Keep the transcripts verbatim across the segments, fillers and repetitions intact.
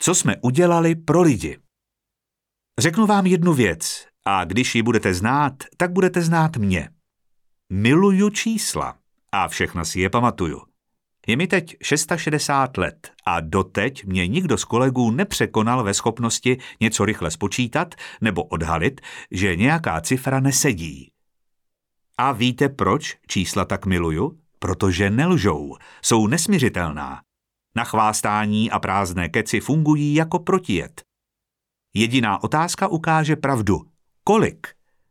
Co jsme udělali pro lidi? Řeknu vám jednu věc a když ji budete znát, tak budete znát mě. Miluju čísla a všechno si je pamatuju. Je mi teď šedesát šest let a doteď mě nikdo z kolegů nepřekonal ve schopnosti něco rychle spočítat nebo odhalit, že nějaká cifra nesedí. A víte, proč čísla tak miluju? Protože nelžou, jsou nesmiřitelná. Na chvástání a prázdné keci fungují jako protijed. Jediná otázka ukáže pravdu. Kolik?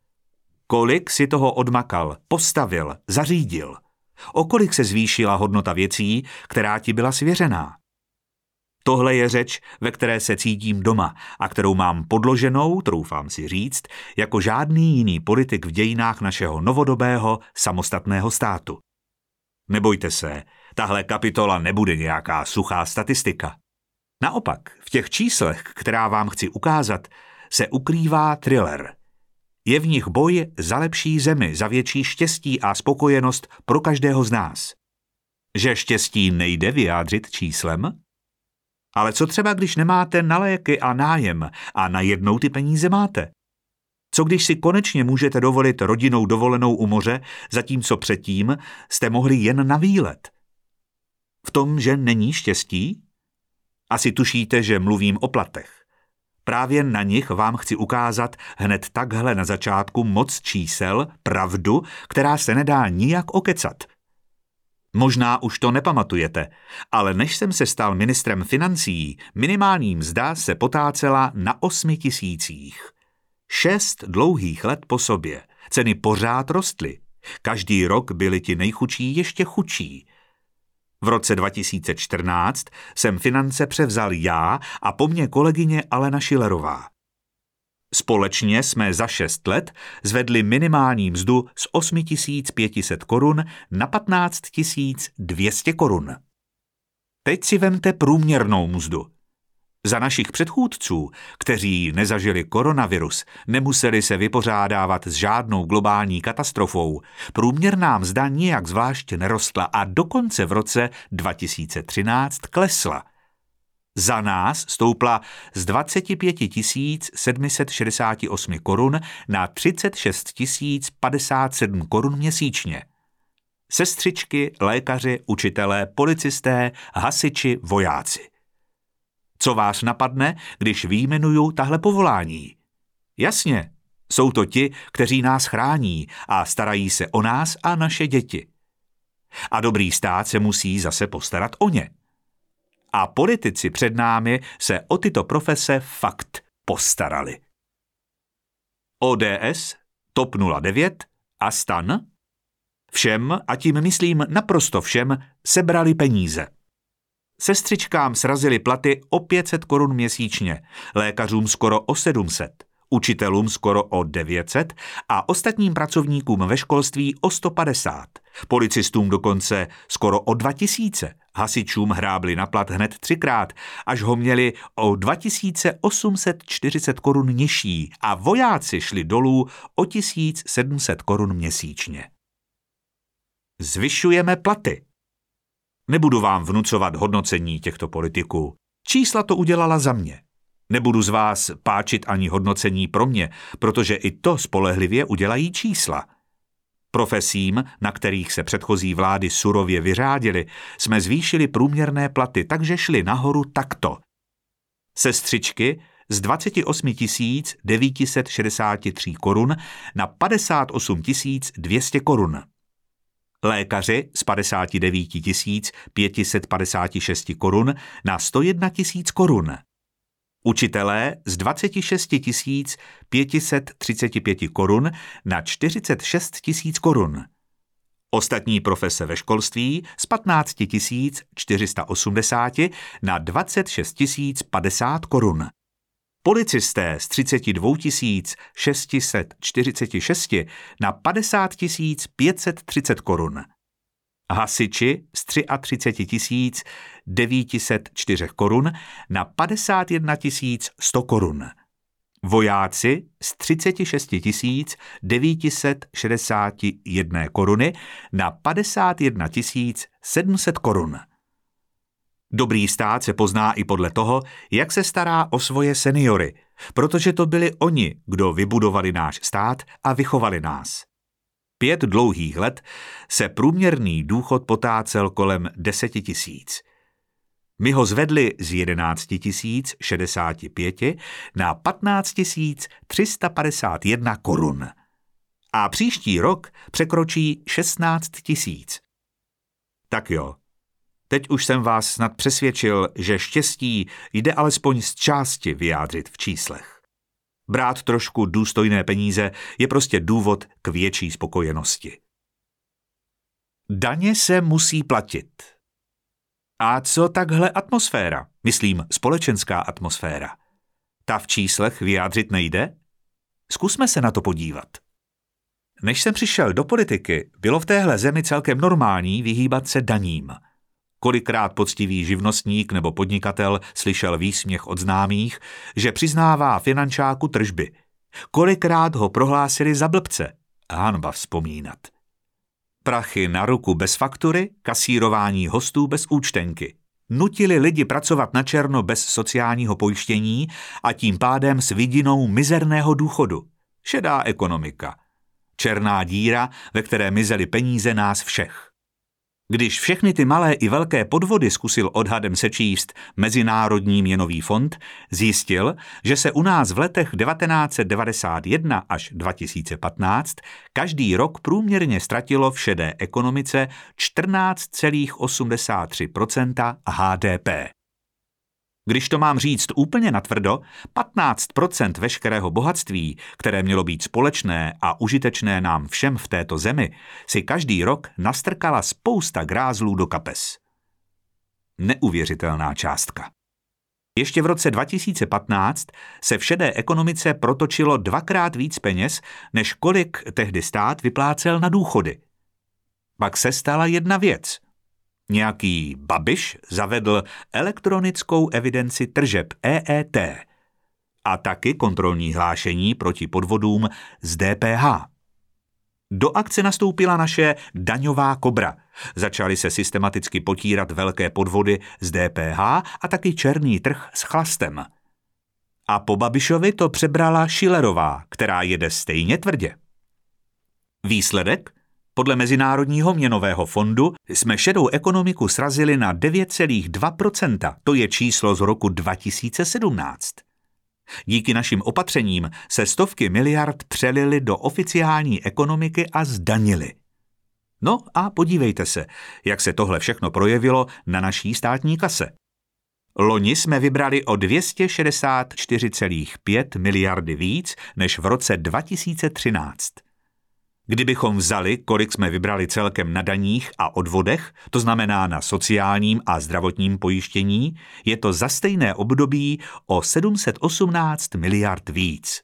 Kolik si toho odmakal, postavil, zařídil? O kolik se zvýšila hodnota věcí, která ti byla svěřená? Tohle je řeč, ve které se cítím doma a kterou mám podloženou, troufám si říct, jako žádný jiný politik v dějinách našeho novodobého samostatného státu. Nebojte se, tahle kapitola nebude nějaká suchá statistika. Naopak, v těch číslech, která vám chci ukázat, se ukrývá thriller. Je v nich boj za lepší zemi, za větší štěstí a spokojenost pro každého z nás. Že štěstí nejde vyjádřit číslem? Ale co třeba, když nemáte na léky a nájem a najednou ty peníze máte? Co když si konečně můžete dovolit rodinnou dovolenou u moře, zatímco předtím jste mohli jen na výlet? V tom, že není štěstí? Asi tušíte, že mluvím o platech. Právě na nich vám chci ukázat hned takhle na začátku moc čísel, pravdu, která se nedá nijak okecat. Možná už to nepamatujete, ale než jsem se stal ministrem financí, minimální mzda se potácela na osmi tisících. Šest dlouhých let po sobě. Ceny pořád rostly. Každý rok byli ti nejchudší ještě chudší. V roce dva tisíce čtrnáct jsem finance převzal já a po mně kolegyně Alena Schillerová. Společně jsme za šest let zvedli minimální mzdu z osm tisíc pět set korun na patnáct tisíc dvě stě korun. Teď si vemte průměrnou mzdu. Za našich předchůdců, kteří nezažili koronavirus, nemuseli se vypořádávat s žádnou globální katastrofou, průměrná mzda nijak zvlášť nerostla a dokonce v roce dva tisíce třináct klesla. Za nás stoupla z dvacet pět tisíc sedm set šedesát osm korun na třicet šest tisíc padesát sedm korun měsíčně. Sestřičky, lékaři, učitelé, policisté, hasiči, vojáci. Co vás napadne, když vyjmenuju tahle povolání? Jasně, jsou to ti, kteří nás chrání a starají se o nás a naše děti. A dobrý stát se musí zase postarat o ně. A politici před námi se o tyto profese fakt postarali. O D S, TOP nula devět a STAN? Všem, a tím myslím naprosto všem, sebrali peníze. Sestřičkám srazili platy o pět set korun měsíčně, lékařům skoro o sedm set, učitelům skoro o devět set a ostatním pracovníkům ve školství o sto padesát, policistům dokonce skoro o dva tisíce, hasičům hrábli na plat hned třikrát, až ho měli o dva tisíce osm set čtyřicet korun nižší a vojáci šli dolů o tisíc sedm set korun měsíčně. Zvyšujeme platy. Nebudu vám vnucovat hodnocení těchto politiků. Čísla to udělala za mě. Nebudu z vás páčit ani hodnocení pro mě, protože i to spolehlivě udělají čísla. Profesím, na kterých se předchozí vlády surově vyřádily, jsme zvýšili průměrné platy, takže šly nahoru takto. Sestřičky z dvacet osm tisíc devět set šedesát tři korun na padesát osm tisíc dvě stě korun. Lékaři z padesát devět tisíc pět set padesát šest korun na sto jedna tisíc korun. Učitelé z dvacet šest tisíc pět set třicet pět korun na čtyřicet šest tisíc korun. Ostatní profese ve školství z patnáct tisíc čtyři sta osmdesát na dvacet šest tisíc padesát korun. Policisté z třicet dva tisíc šest set čtyřicet šest na padesát tisíc pět set třicet korun. Hasiči z třicet tři tisíc devět set čtyři korun na padesát jedna tisíc sto korun. Vojáci z třicet šest tisíc devět set šedesát jedna koruny na padesát jedna tisíc sedm set korun. Dobrý stát se pozná i podle toho, jak se stará o svoje seniory, protože to byli oni, kdo vybudovali náš stát a vychovali nás. Pět dlouhých let se průměrný důchod potácel kolem deseti tisíc. My ho zvedli z jedenáct tisíc šedesát pět na patnáct tisíc tři sta padesát jedna korun. A příští rok překročí šestnáct tisíc. Tak jo, teď už jsem vás snad přesvědčil, že štěstí jde alespoň z části vyjádřit v číslech. Brát trošku důstojné peníze je prostě důvod k větší spokojenosti. Daně se musí platit. A co takhle atmosféra? Myslím společenská atmosféra. Ta v číslech vyjádřit nejde? Zkusme se na to podívat. Než jsem přišel do politiky, bylo v téhle zemi celkem normální vyhýbat se daním. Kolikrát poctivý živnostník nebo podnikatel slyšel výsměch od známých, že přiznává finančáku tržby. Kolikrát ho prohlásili za blbce. Hanba vzpomínat. Prachy na ruku bez faktury, kasírování hostů bez účtenky. Nutili lidi pracovat na černo bez sociálního pojištění a tím pádem s vidinou mizerného důchodu. Šedá ekonomika. Černá díra, ve které mizely peníze nás všech. Když všechny ty malé i velké podvody zkusil odhadem sečíst Mezinárodní měnový fond, zjistil, že se u nás v letech devatenáct set devadesát jedna až dva tisíce patnáct každý rok průměrně ztratilo v šedé ekonomice čtrnáct celá osmdesát tři procenta H D P. Když to mám říct úplně natvrdo, patnáct procent veškerého bohatství, které mělo být společné a užitečné nám všem v této zemi, si každý rok nastrkala spousta grázlů do kapes. Neuvěřitelná částka. Ještě v roce dva tisíce patnáct se v šedé ekonomice protočilo dvakrát víc peněz, než kolik tehdy stát vyplácel na důchody. Pak se stala jedna věc. Nějaký Babiš zavedl elektronickou evidenci tržeb E E T a taky kontrolní hlášení proti podvodům z D P H. Do akce nastoupila naše daňová kobra. Začaly se systematicky potírat velké podvody z D P H a taky černý trh s chlastem. A po Babišovi to přebrala Schillerová, která jede stejně tvrdě. Výsledek? Podle Mezinárodního měnového fondu jsme šedou ekonomiku srazili na devět celá dva procenta, to je číslo z roku dva tisíce sedmnáct. Díky našim opatřením se stovky miliard přelily do oficiální ekonomiky a zdanily. No a podívejte se, jak se tohle všechno projevilo na naší státní kase. Loni jsme vybrali o dvě stě šedesát čtyři celá pět miliardy víc než v roce dva tisíce třináct. Kdybychom vzali, kolik jsme vybrali celkem na daních a odvodech, to znamená na sociálním a zdravotním pojištění, je to za stejné období o sedm set osmnáct miliard víc.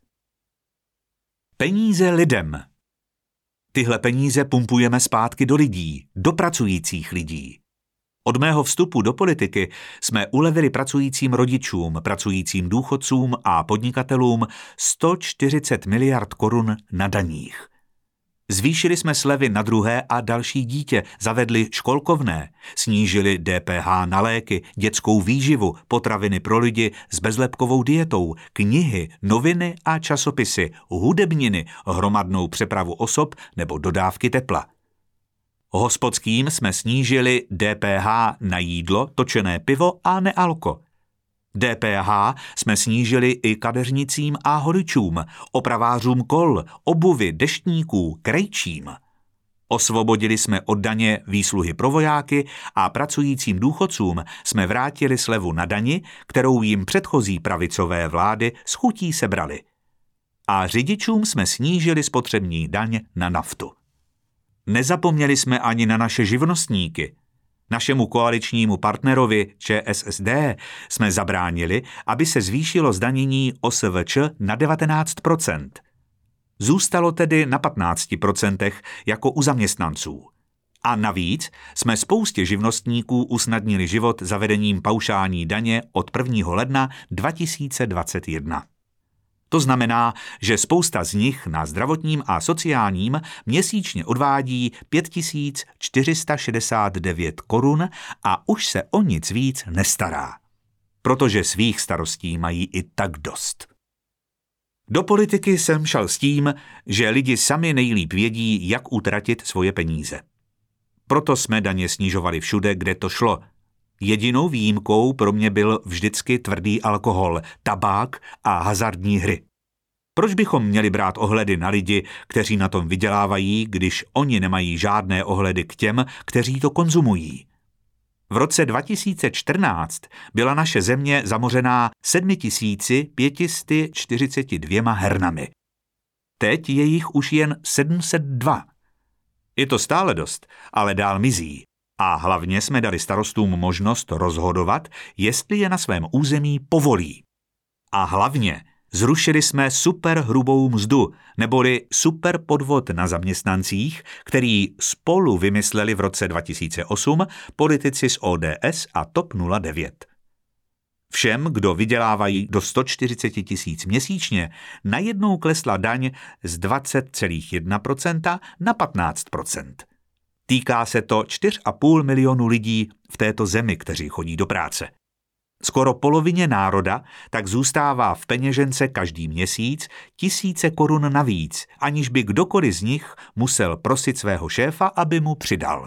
Peníze lidem. Tyhle peníze pumpujeme zpátky do lidí, do pracujících lidí. Od mého vstupu do politiky jsme ulevili pracujícím rodičům, pracujícím důchodcům a podnikatelům sto čtyřicet miliard korun na daních. Zvýšili jsme slevy na druhé a další dítě, zavedli školkovné, snížili D P H na léky, dětskou výživu, potraviny pro lidi s bezlepkovou dietou, knihy, noviny a časopisy, hudebniny, hromadnou přepravu osob nebo dodávky tepla. Hospodským jsme snížili D P H na jídlo, točené pivo a nealko. D P H jsme snížili i kadeřnicím a holičům, opravářům kol, obuvy, deštníků, krejčím. Osvobodili jsme od daně výsluhy pro vojáky a pracujícím důchodcům jsme vrátili slevu na dani, kterou jim předchozí pravicové vlády s chutí sebrali. A řidičům jsme snížili spotřební daň na naftu. Nezapomněli jsme ani na naše živnostníky. Našemu koaličnímu partnerovi Č S S D jsme zabránili, aby se zvýšilo zdanění O S V Č na devatenáct procent. Zůstalo tedy na patnáct procent jako u zaměstnanců. A navíc jsme spoustě živnostníků usnadnili život zavedením paušální daně od prvního ledna dva tisíce dvacet jedna. To znamená, že spousta z nich na zdravotním a sociálním měsíčně odvádí pět tisíc čtyři sta šedesát devět korun a už se o nic víc nestará. Protože svých starostí mají i tak dost. Do politiky jsem šel s tím, že lidi sami nejlíp vědí, jak utratit svoje peníze. Proto jsme daně snižovali všude, kde to šlo. Jedinou výjimkou pro mě byl vždycky tvrdý alkohol, tabák a hazardní hry. Proč bychom měli brát ohledy na lidi, kteří na tom vydělávají, když oni nemají žádné ohledy k těm, kteří to konzumují? V roce dva tisíce čtrnáct byla naše země zamořená sedm tisíc pět set čtyřicet dva hernami. Teď je jich už jen sedm set dva. Je to stále dost, ale dál mizí. A hlavně jsme dali starostům možnost rozhodovat, jestli je na svém území povolí. A hlavně zrušili jsme superhrubou mzdu, neboli superpodvod na zaměstnancích, který spolu vymysleli v roce dva tisíce osm politici z O D S a T O P nula devět. Všem, kdo vydělávají do sto čtyřicet tisíc měsíčně, najednou klesla daň z dvacet celá jedna procenta na patnáct procent. Týká se to čtyři a půl milionu lidí v této zemi, kteří chodí do práce. Skoro polovině národa tak zůstává v peněžence každý měsíc tisíce korun navíc, aniž by kdokoliv z nich musel prosit svého šéfa, aby mu přidal.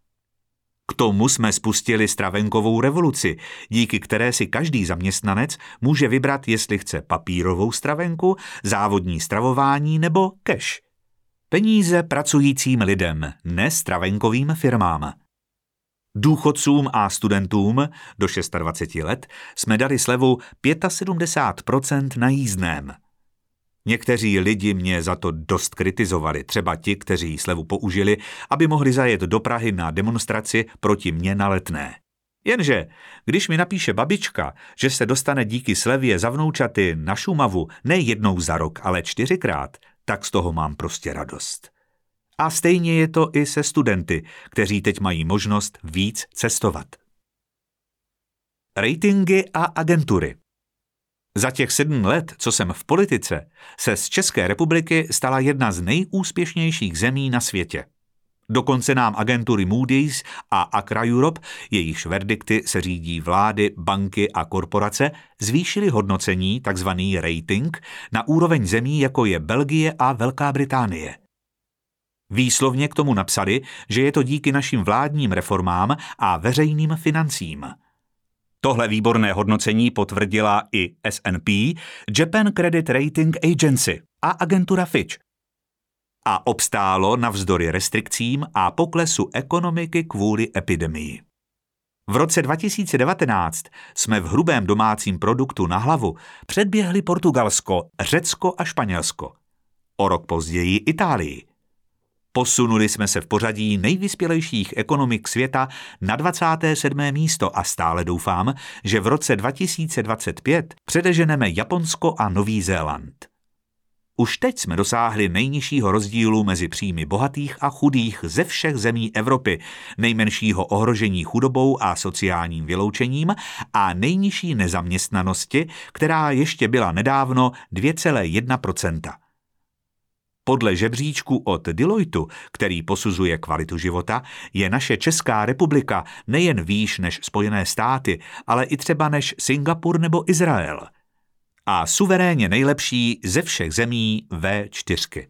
K tomu jsme spustili stravenkovou revoluci, díky které si každý zaměstnanec může vybrat, jestli chce papírovou stravenku, závodní stravování nebo cash. Peníze pracujícím lidem, ne stravenkovým firmám. Důchodcům a studentům do dvacet šest let jsme dali slevu sedmdesát pět procent na jízdném. Někteří lidi mě za to dost kritizovali, třeba ti, kteří slevu použili, aby mohli zajet do Prahy na demonstraci proti mně na Letné. Jenže, když mi napíše babička, že se dostane díky slevě za vnoučaty na Šumavu ne jednou za rok, ale čtyřikrát, tak z toho mám prostě radost. A stejně je to i se studenty, kteří teď mají možnost víc cestovat. Ratingy a agentury. Za těch sedm let, co jsem v politice, se z České republiky stala jedna z nejúspěšnějších zemí na světě. Dokonce nám agentury Moody's a Acra Europe, jejichž verdikty se řídí vlády, banky a korporace, zvýšily hodnocení, takzvaný rating, na úroveň zemí, jako je Belgie a Velká Británie. Výslovně k tomu napsali, že je to díky našim vládním reformám a veřejným financím. Tohle výborné hodnocení potvrdila i S and P, Japan Credit Rating Agency a agentura Fitch. A obstálo navzdory restrikcím a poklesu ekonomiky kvůli epidemii. V roce dva tisíce devatenáct jsme v hrubém domácím produktu na hlavu předběhli Portugalsko, Řecko a Španělsko. O rok později Itálii. Posunuli jsme se v pořadí nejvyspělejších ekonomik světa na dvacáté sedmé místo a stále doufám, že v roce dva tisíce dvacet pět předeženeme Japonsko a Nový Zéland. Už teď jsme dosáhli nejnižšího rozdílu mezi příjmy bohatých a chudých ze všech zemí Evropy, nejmenšího ohrožení chudobou a sociálním vyloučením a nejnižší nezaměstnanosti, která ještě byla nedávno dvě celá jedna procenta. Podle žebříčku od Deloitu, který posuzuje kvalitu života, je naše Česká republika nejen výš než Spojené státy, ale i třeba než Singapur nebo Izrael. A suverénně nejlepší ze všech zemí V čtyři.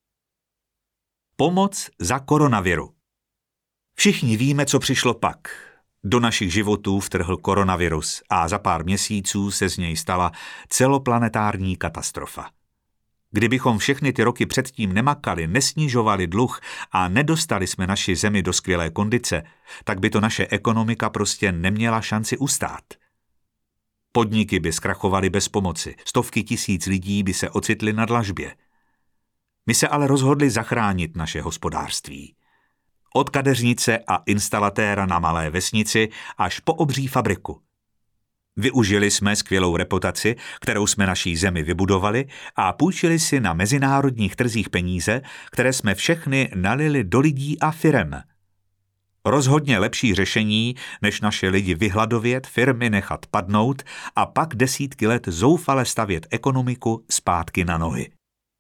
Pomoc za koronaviru. Všichni víme, co přišlo pak. Do našich životů vtrhl koronavirus a za pár měsíců se z něj stala celoplanetární katastrofa. Kdybychom všechny ty roky předtím nemakali, nesnižovali dluh a nedostali jsme naši zemi do skvělé kondice, tak by to naše ekonomika prostě neměla šanci ustát. Podniky by zkrachovaly bez pomoci, stovky tisíc lidí by se ocitly na dlažbě. My se ale rozhodli zachránit naše hospodářství. Od kadeřnice a instalatéra na malé vesnici až po obří fabriku. Využili jsme skvělou reputaci, kterou jsme naší zemi vybudovali a půjčili si na mezinárodních trzích peníze, které jsme všechny nalili do lidí a firem. Rozhodně lepší řešení, než naše lidi vyhladovět, firmy nechat padnout a pak desítky let zoufale stavět ekonomiku zpátky na nohy.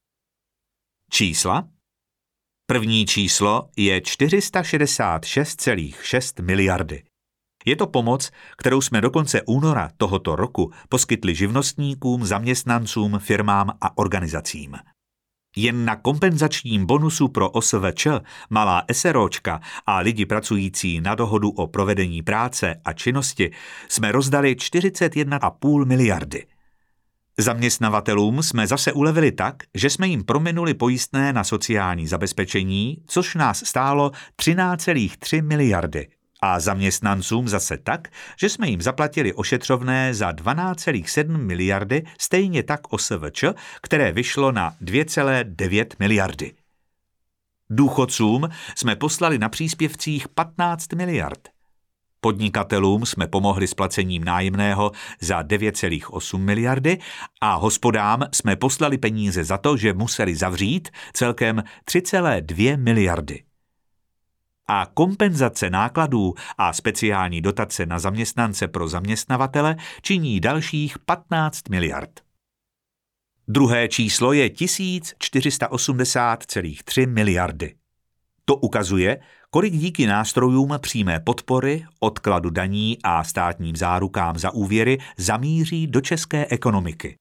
Čísla? První číslo je čtyři sta šedesát šest celá šest miliardy. Je to pomoc, kterou jsme do konce února tohoto roku poskytli živnostníkům, zaměstnancům, firmám a organizacím. Jen na kompenzačním bonusu pro O S V Č, malá SROčka a lidi pracující na dohodu o provedení práce a činnosti jsme rozdali čtyřicet jedna celá pět miliardy. Zaměstnavatelům jsme zase ulevili tak, že jsme jim prominuli pojistné na sociální zabezpečení, což nás stálo třináct celá tři miliardy. A zaměstnancům zase tak, že jsme jim zaplatili ošetřovné za dvanáct celá sedm miliardy, stejně tak O S V Č, které vyšlo na dvě celá devět miliardy. Důchodcům jsme poslali na příspěvcích patnáct miliard. Podnikatelům jsme pomohli s placením nájemného za devět celá osm miliardy a hospodám jsme poslali peníze za to, že museli zavřít celkem tři celá dvě miliardy. A kompenzace nákladů a speciální dotace na zaměstnance pro zaměstnavatele činí dalších patnáct miliard. Druhé číslo je tisíc čtyři sta osmdesát celá tři miliardy. To ukazuje, kolik díky nástrojům přímé podpory, odkladu daní a státním zárukám za úvěry zamíří do české ekonomiky.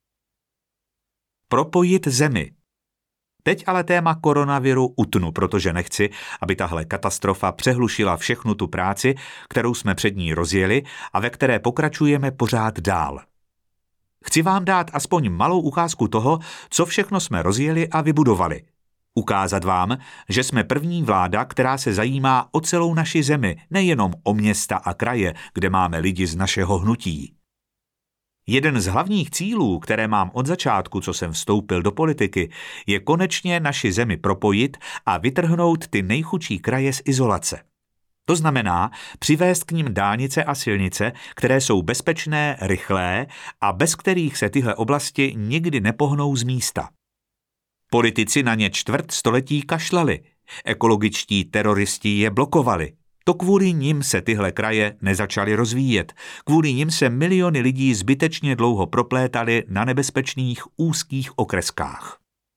Propojit zemi. Teď ale téma koronaviru utnu, protože nechci, aby tahle katastrofa přehlušila všechnu tu práci, kterou jsme před ní rozjeli a ve které pokračujeme pořád dál. Chci vám dát aspoň malou ukázku toho, co všechno jsme rozjeli a vybudovali. Ukázat vám, že jsme první vláda, která se zajímá o celou naši zemi, nejenom o města a kraje, kde máme lidi z našeho hnutí. Jeden z hlavních cílů, které mám od začátku, co jsem vstoupil do politiky, je konečně naši zemi propojit a vytrhnout ty nejchudší kraje z izolace. To znamená přivést k nim dálnice a silnice, které jsou bezpečné, rychlé a bez kterých se tyhle oblasti nikdy nepohnou z místa. Politici na ně čtvrt století kašlali, ekologičtí teroristi je blokovali. To kvůli nim se tyhle kraje nezačaly rozvíjet. Kvůli nim se miliony lidí zbytečně dlouho proplétaly na nebezpečných úzkých okreskách.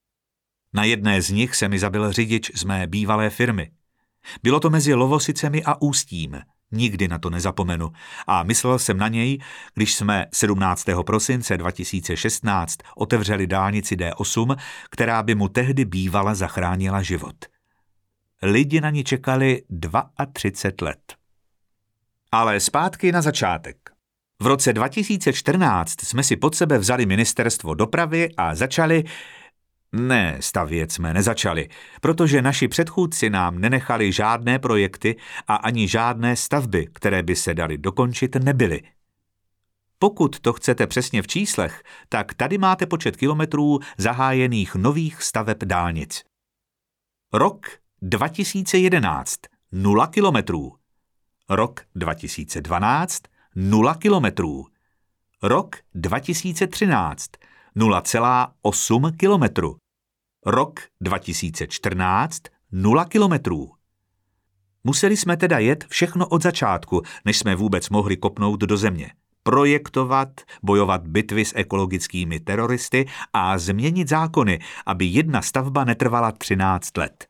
Na jedné z nich se mi zabil řidič z mé bývalé firmy. Bylo to mezi Lovosicemi a Ústím. Nikdy na to nezapomenu. A myslel jsem na něj, když jsme sedmnáctého prosince dva tisíce šestnáct otevřeli dálnici D osm, která by mu tehdy bývala zachránila život. Lidi na ní čekali třicet dva let. Ale zpátky na začátek. V roce dva tisíce čtrnáct jsme si pod sebe vzali ministerstvo dopravy a začali... Ne, stavět jsme nezačali, protože naši předchůdci nám nenechali žádné projekty a ani žádné stavby, které by se daly dokončit, nebyly. Pokud to chcete přesně v číslech, tak tady máte počet kilometrů zahájených nových staveb dálnic. Rok dva tisíce jedenáct nula kilometrů. Rok dva tisíce dvanáct nula kilometrů. Rok dva tisíce třináct nula celá osm kilometru. Rok dva tisíce čtrnáct nula kilometrů. Museli jsme teda jet všechno od začátku, než jsme vůbec mohli kopnout do země. Projektovat, bojovat bitvy s ekologickými teroristy a změnit zákony, aby jedna stavba netrvala třináct let.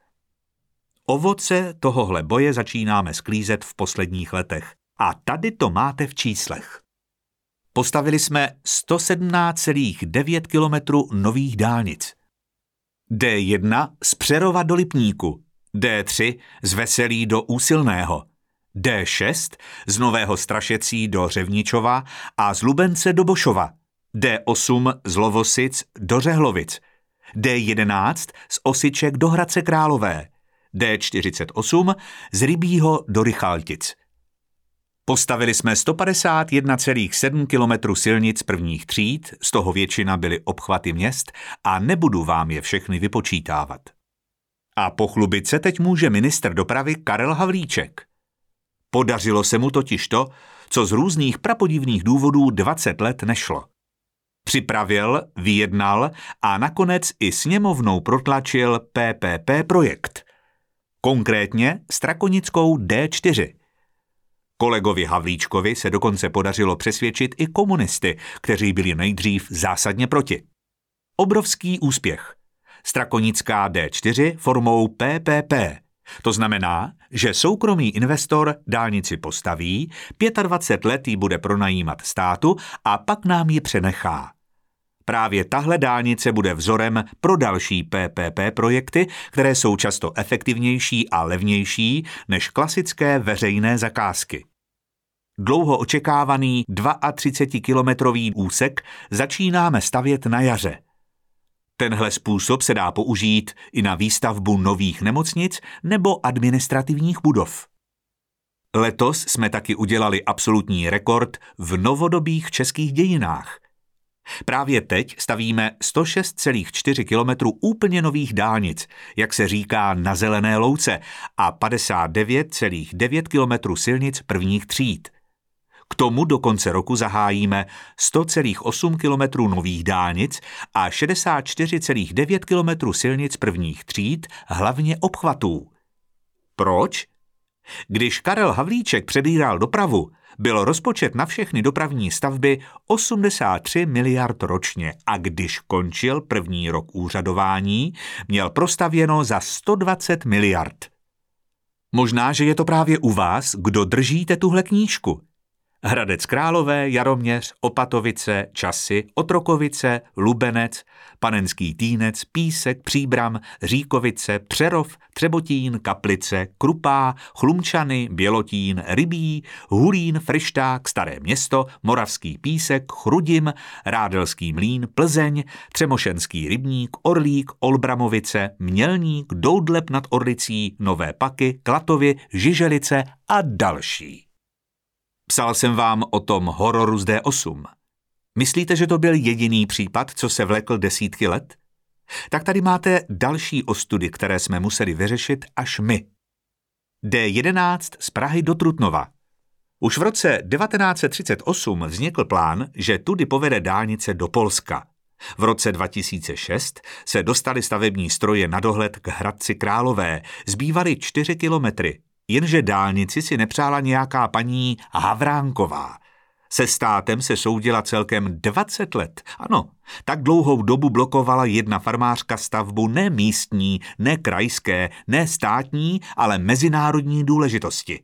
Ovoce tohohle boje začínáme sklízet v posledních letech. A tady to máte v číslech. Postavili jsme sto sedmnáct celá devět kilometrů nových dálnic. D jedna z Přerova do Lipníku, D tři z Veselí do Úsilného, D šest z Nového Strašecí do Řevničova a z Lubence do Bošova, D osm z Lovosic do Řehlovic, D jedenáct z Osiček do Hradce Králové, D čtyřicet osm z Rybího do Rychaltic. Postavili jsme sto padesát jedna celá sedm kilometrů silnic prvních tříd, z toho většina byly obchvaty měst a nebudu vám je všechny vypočítávat. A pochlubit se teď může ministr dopravy Karel Havlíček. Podařilo se mu totiž to, co z různých prapodivných důvodů dvacet let nešlo. Připravil, vyjednal a nakonec i sněmovnou protlačil P P P projekt. Konkrétně Strakonickou D čtyři. Kolegovi Havlíčkovi se dokonce podařilo přesvědčit i komunisty, kteří byli nejdřív zásadně proti. Obrovský úspěch. Strakonická D čtyři formou P P P. To znamená, že soukromý investor dálnici postaví, dvacet pět let ji bude pronajímat státu a pak nám ji přenechá. Právě tahle dálnice bude vzorem pro další P P P projekty, které jsou často efektivnější a levnější než klasické veřejné zakázky. Dlouho očekávaný třicetikilometrový úsek začínáme stavět na jaře. Tenhle způsob se dá použít i na výstavbu nových nemocnic nebo administrativních budov. Letos jsme taky udělali absolutní rekord v novodobých českých dějinách. Právě teď stavíme sto šest celá čtyři kilometru úplně nových dálnic, jak se říká na zelené louce, a padesát devět celá devět kilometru silnic prvních tříd. K tomu do konce roku zahájíme sto celá osm kilometru nových dálnic a šedesát čtyři celá devět kilometru silnic prvních tříd, hlavně obchvatů. Proč? Když Karel Havlíček přebíral dopravu, byl rozpočet na všechny dopravní stavby osmdesát tři miliard ročně a když končil první rok úřadování, měl prostavěno za sto dvacet miliard. Možná, že je to právě u vás, kdo držíte tuhle knížku. Hradec Králové, Jaroměř, Opatovice, Časy, Otrokovice, Lubenec, Panenský Týnec, Písek, Příbram, Říkovice, Přerov, Třebotín, Kaplice, Krupá, Chlumčany, Bělotín, Rybí, Hulín, Fryšták, Staré Město, Moravský Písek, Chrudim, Rádelský Mlýn, Plzeň, Třemošenský Rybník, Orlík, Olbramovice, Mělník, Doudleb nad Orlicí, Nové Paky, Klatovy, Žiželice a další. Psal jsem vám o tom hororu z D osm. Myslíte, že to byl jediný případ, co se vlekl desítky let? Tak tady máte další ostudy, které jsme museli vyřešit až my. D jedenáct z Prahy do Trutnova. Už v roce devatenáct set třicet osm vznikl plán, že tudy povede dálnice do Polska. V roce dva tisíce šest se dostaly stavební stroje na dohled k Hradci Králové, zbývaly čtyři kilometry. Jenže dálnici si nepřála nějaká paní Havránková. Se státem se soudila celkem dvacet let. Ano, tak dlouhou dobu blokovala jedna farmářka stavbu ne místní, ne krajské, ne státní, ale mezinárodní důležitosti.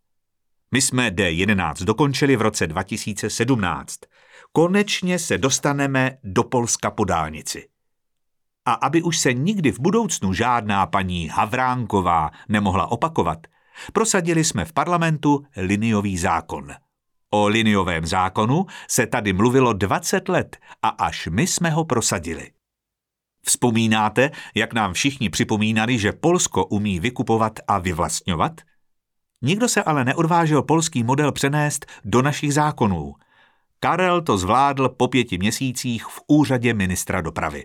My jsme D jedenáct dokončili v roce dva tisíce sedmnáct. Konečně se dostaneme do Polska po dálnici. A aby už se nikdy v budoucnu žádná paní Havránková nemohla opakovat, prosadili jsme v parlamentu liniový zákon. O liniovém zákonu se tady mluvilo dvacet let a až my jsme ho prosadili. Vzpomínáte, jak nám všichni připomínali, že Polsko umí vykupovat a vyvlastňovat? Nikdo se ale neodvážil polský model přenést do našich zákonů. Karel to zvládl po pěti měsících v úřadě ministra dopravy.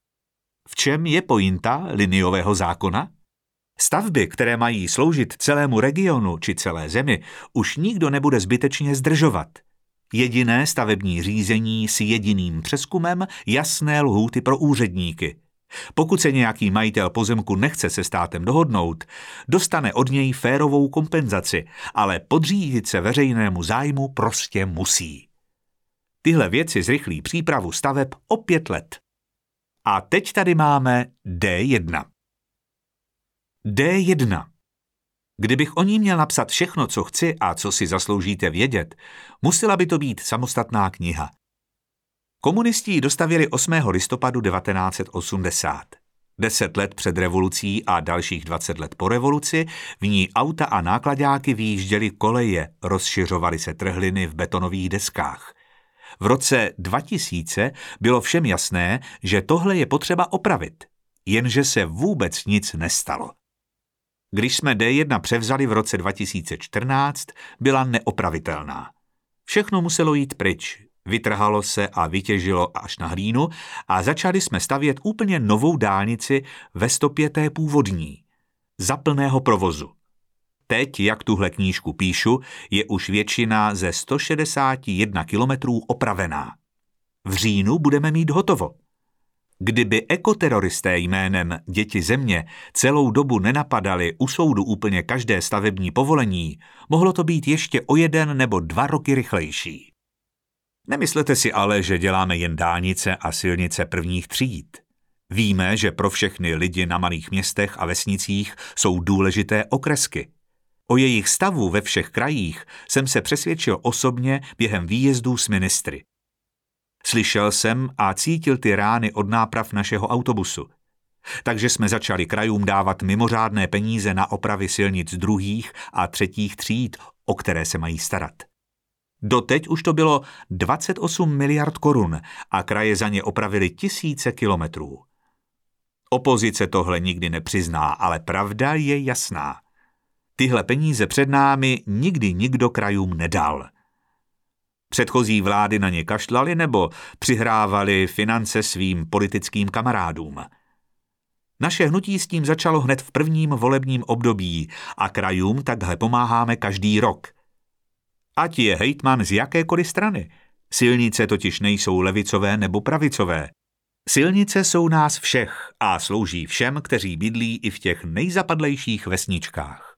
V čem je pointa liniového zákona? Stavby, které mají sloužit celému regionu či celé zemi, už nikdo nebude zbytečně zdržovat. Jediné stavební řízení s jediným přezkumem, jasné lhůty pro úředníky. Pokud se nějaký majitel pozemku nechce se státem dohodnout, dostane od něj férovou kompenzaci, ale podřídit se veřejnému zájmu prostě musí. Tyhle věci zrychlí přípravu staveb o pět let. A teď tady máme D jedna. D jedna. Kdybych o ní měl napsat všechno, co chci a co si zasloužíte vědět, musela by to být samostatná kniha. Komunisti ji dostavěli osmého listopadu devatenáct set osmdesát. Deset let před revolucí a dalších dvacet let po revoluci v ní auta a náklaďáky vyjížděly koleje, rozšiřovaly se trhliny v betonových deskách. V roce dva tisíce bylo všem jasné, že tohle je potřeba opravit, jenže se vůbec nic nestalo. Když jsme D jedna převzali v roce dva tisíce čtrnáct, byla neopravitelná. Všechno muselo jít pryč, vytrhalo se a vytěžilo až na hlínu a začali jsme stavět úplně novou dálnici ve stopě té původní, za plného provozu. Teď, jak tuhle knížku píšu, je už většina ze sto šedesát jedna kilometrů opravená. V říjnu budeme mít hotovo. Kdyby ekoteroristé jménem Děti země celou dobu nenapadali u soudu úplně každé stavební povolení, mohlo to být ještě o jeden nebo dva roky rychlejší. Nemyslete si ale, že děláme jen dálnice a silnice prvních tříd. Víme, že pro všechny lidi na malých městech a vesnicích jsou důležité okresky. O jejich stavu ve všech krajích jsem se přesvědčil osobně během výjezdů s ministry. Slyšel jsem a cítil ty rány od náprav našeho autobusu. Takže jsme začali krajům dávat mimořádné peníze na opravy silnic druhých a třetích tříd, o které se mají starat. Doteď už to bylo dvacet osm miliard korun a kraje za ně opravili tisíce kilometrů. Opozice tohle nikdy nepřizná, ale pravda je jasná. Tyhle peníze před námi nikdy nikdo krajům nedal. Předchozí vlády na ně kašlali nebo přihrávali finance svým politickým kamarádům. Naše hnutí s tím začalo hned v prvním volebním období a krajům takhle pomáháme každý rok. Ať je hejtman z jakékoliv strany. Silnice totiž nejsou levicové nebo pravicové. Silnice jsou nás všech a slouží všem, kteří bydlí i v těch nejzapadlejších vesničkách.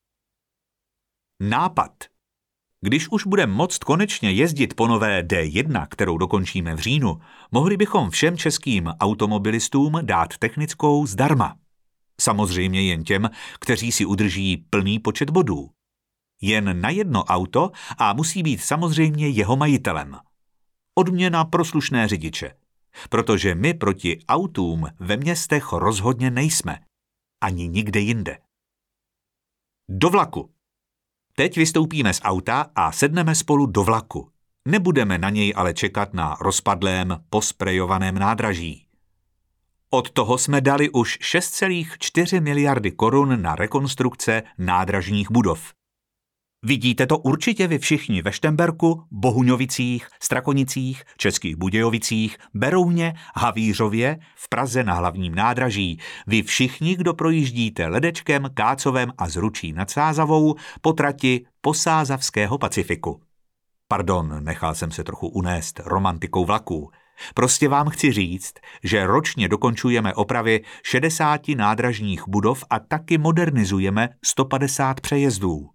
Nápad. Když už budeme moct konečně jezdit po nové D jedna, kterou dokončíme v říjnu, mohli bychom všem českým automobilistům dát technickou zdarma. Samozřejmě jen těm, kteří si udrží plný počet bodů. Jen na jedno auto a musí být samozřejmě jeho majitelem. Odměna pro slušné řidiče. Protože my proti autům ve městech rozhodně nejsme. Ani nikde jinde. Do vlaku. Teď vystoupíme z auta a sedneme spolu do vlaku. Nebudeme na něj ale čekat na rozpadlém, posprejovaném nádraží. Od toho jsme dali už šest celé čtyři miliardy korun na rekonstrukce nádražních budov. Vidíte to určitě vy všichni ve Štemberku, Bohuňovicích, Strakonicích, Českých Budějovicích, Berouně, Havířově, v Praze na hlavním nádraží. Vy všichni, kdo projíždíte Ledečkem, Kácovem a Zručí nad Sázavou po trati Posázavského Pacifiku. Pardon, nechal jsem se trochu unést romantikou vlaků. Prostě vám chci říct, že ročně dokončujeme opravy šedesáti nádražních budov a taky modernizujeme sto padesát přejezdů.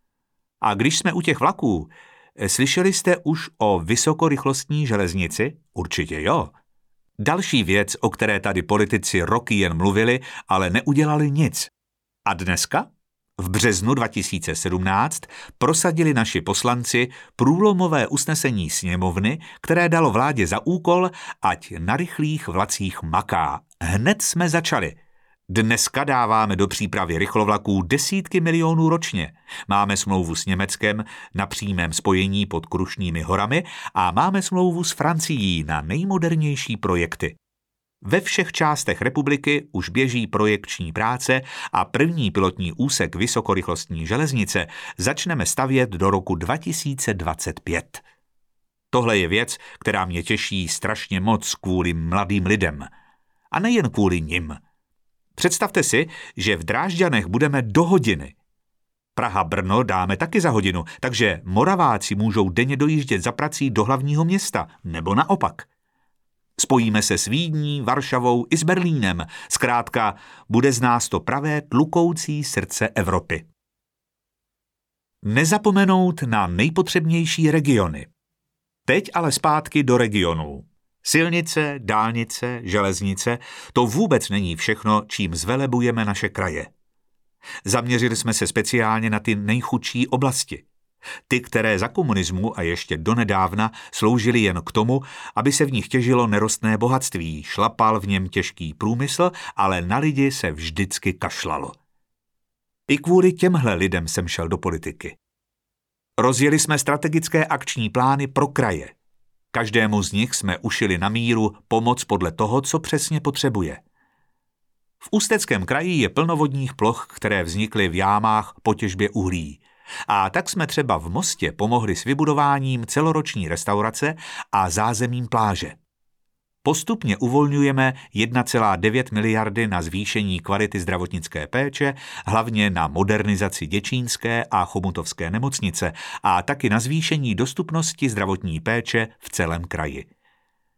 A když jsme u těch vlaků, slyšeli jste už o vysokorychlostní železnici? Určitě jo. Další věc, o které tady politici roky jen mluvili, ale neudělali nic. A dneska? V březnu dva tisíce sedmnáct prosadili naši poslanci průlomové usnesení sněmovny, které dalo vládě za úkol, ať na rychlých vlacích maká. Hned jsme začali. Dneska dáváme do přípravy rychlovlaků desítky milionů ročně. Máme smlouvu s Německem na přímém spojení pod Krušnými horami a máme smlouvu s Francií na nejmodernější projekty. Ve všech částech republiky už běží projekční práce a první pilotní úsek vysokorychlostní železnice začneme stavět do roku dva tisíce dvacet pět. Tohle je věc, která mě těší strašně moc kvůli mladým lidem. A nejen kvůli nim. Představte si, že v Drážďanech budeme do hodiny. Praha-Brno dáme taky za hodinu, takže Moraváci můžou denně dojíždět za prací do hlavního města, nebo naopak. Spojíme se s Vídní, Varšavou i s Berlínem. Zkrátka, bude z nás to pravé tlukoucí srdce Evropy. Nezapomenout na nejpotřebnější regiony. Teď ale zpátky do regionů. Silnice, dálnice, železnice, to vůbec není všechno, čím zvelebujeme naše kraje. Zaměřili jsme se speciálně na ty nejchudší oblasti. Ty, které za komunismu a ještě donedávna sloužily jen k tomu, aby se v nich těžilo nerostné bohatství, šlapal v něm těžký průmysl, ale na lidi se vždycky kašlalo. I kvůli těmhle lidem jsem šel do politiky. Rozjeli jsme strategické akční plány pro kraje. Každému z nich jsme ušili na míru pomoc podle toho, co přesně potřebuje. V Ústeckém kraji je plno vodních ploch, které vznikly v jámách po těžbě uhlí. A tak jsme třeba v Mostě pomohli s vybudováním celoroční restaurace a zázemím pláže. Postupně uvolňujeme jedna celá devět miliardy na zvýšení kvality zdravotnické péče, hlavně na modernizaci děčínské a chomutovské nemocnice a taky na zvýšení dostupnosti zdravotní péče v celém kraji.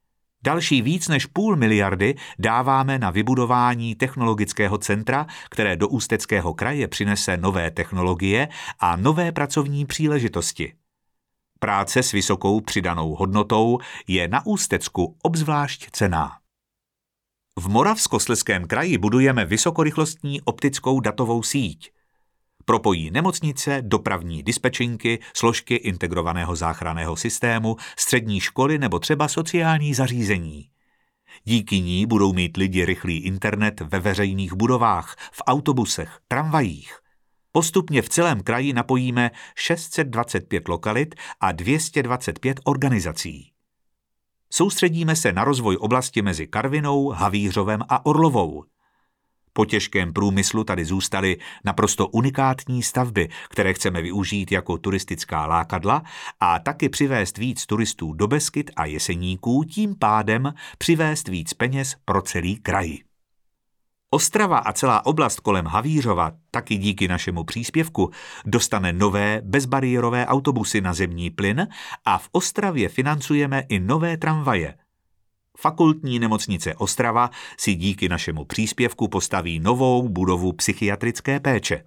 Další víc než půl miliardy dáváme na vybudování technologického centra, které do Ústeckého kraje přinese nové technologie a nové pracovní příležitosti. Práce s vysokou přidanou hodnotou je na Ústecku obzvlášť cenná. V Moravskoslezském kraji budujeme vysokorychlostní optickou datovou síť. Propojí nemocnice, dopravní dispečinky, složky integrovaného záchranného systému, střední školy nebo třeba sociální zařízení. Díky ní budou mít lidi rychlý internet ve veřejných budovách, v autobusech, tramvajích. Postupně v celém kraji napojíme šest set dvacet pět lokalit a dvě stě dvacet pět organizací. Soustředíme se na rozvoj oblasti mezi Karvinou, Havířovem a Orlovou. Po těžkém průmyslu tady zůstaly naprosto unikátní stavby, které chceme využít jako turistická lákadla a taky přivést víc turistů do Beskyd a Jeseníků, tím pádem přivést víc peněz pro celý kraj. Ostrava a celá oblast kolem Havířova taky díky našemu příspěvku dostane nové bezbariérové autobusy na zemní plyn a v Ostravě financujeme i nové tramvaje. Fakultní nemocnice Ostrava si díky našemu příspěvku postaví novou budovu psychiatrické péče.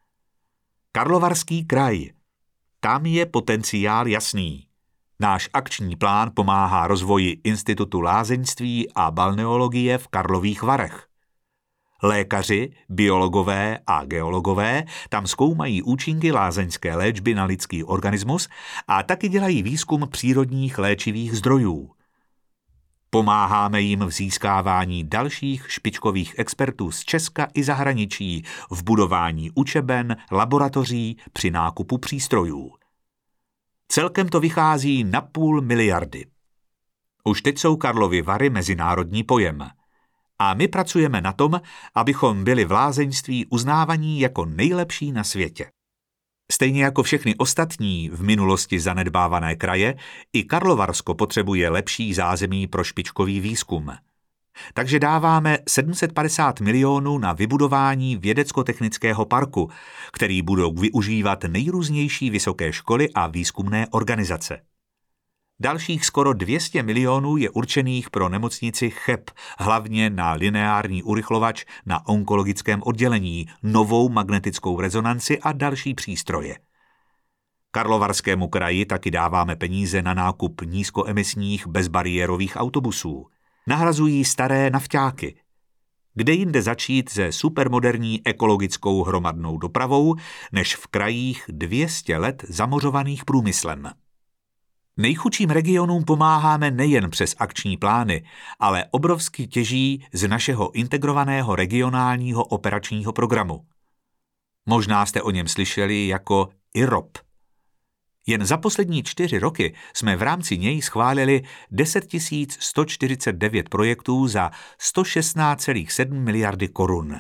Karlovarský kraj. Tam je potenciál jasný. Náš akční plán pomáhá rozvoji Institutu lázeňství a balneologie v Karlových Varech. Lékaři, biologové a geologové tam zkoumají účinky lázeňské léčby na lidský organismus a taky dělají výzkum přírodních léčivých zdrojů. Pomáháme jim v získávání dalších špičkových expertů z Česka i zahraničí v budování učeben, laboratoří, při nákupu přístrojů. Celkem to vychází na půl miliardy. Už teď jsou Karlovy Vary mezinárodní pojem. A my pracujeme na tom, abychom byli v lázeňství uznávaní jako nejlepší na světě. Stejně jako všechny ostatní v minulosti zanedbávané kraje, i Karlovarsko potřebuje lepší zázemí pro špičkový výzkum. Takže dáváme sedm set padesát milionů na vybudování vědecko-technického parku, který budou využívat nejrůznější vysoké školy a výzkumné organizace. Dalších skoro dvě stě milionů je určených pro nemocnici Cheb, hlavně na lineární urychlovač na onkologickém oddělení, novou magnetickou rezonanci a další přístroje. Karlovarskému kraji taky dáváme peníze na nákup nízkoemisních bezbariérových autobusů. Nahrazují staré nafťáky. Kde jinde začít se supermoderní ekologickou hromadnou dopravou, než v krajích dvě stě let zamořovaných průmyslem. Nejchudším regionům pomáháme nejen přes akční plány, ale obrovsky těží z našeho integrovaného regionálního operačního programu. Možná jste o něm slyšeli jako I R O P. Jen za poslední čtyři roky jsme v rámci něj schválili deset tisíc sto čtyřicet devět projektů za sto šestnáct celá sedm miliardy korun.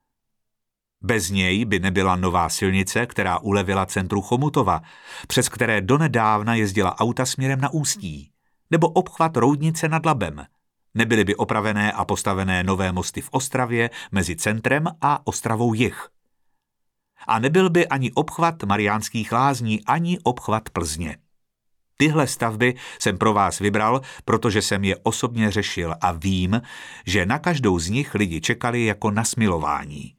Bez něj by nebyla nová silnice, která ulevila centru Chomutova, přes které donedávna jezdila auta směrem na Ústí, nebo obchvat Roudnice nad Labem. Nebyly by opravené a postavené nové mosty v Ostravě mezi centrem a Ostravou Jih. A nebyl by ani obchvat Mariánských Lázní, ani obchvat Plzně. Tyhle stavby jsem pro vás vybral, protože jsem je osobně řešil a vím, že na každou z nich lidi čekali jako na smilování.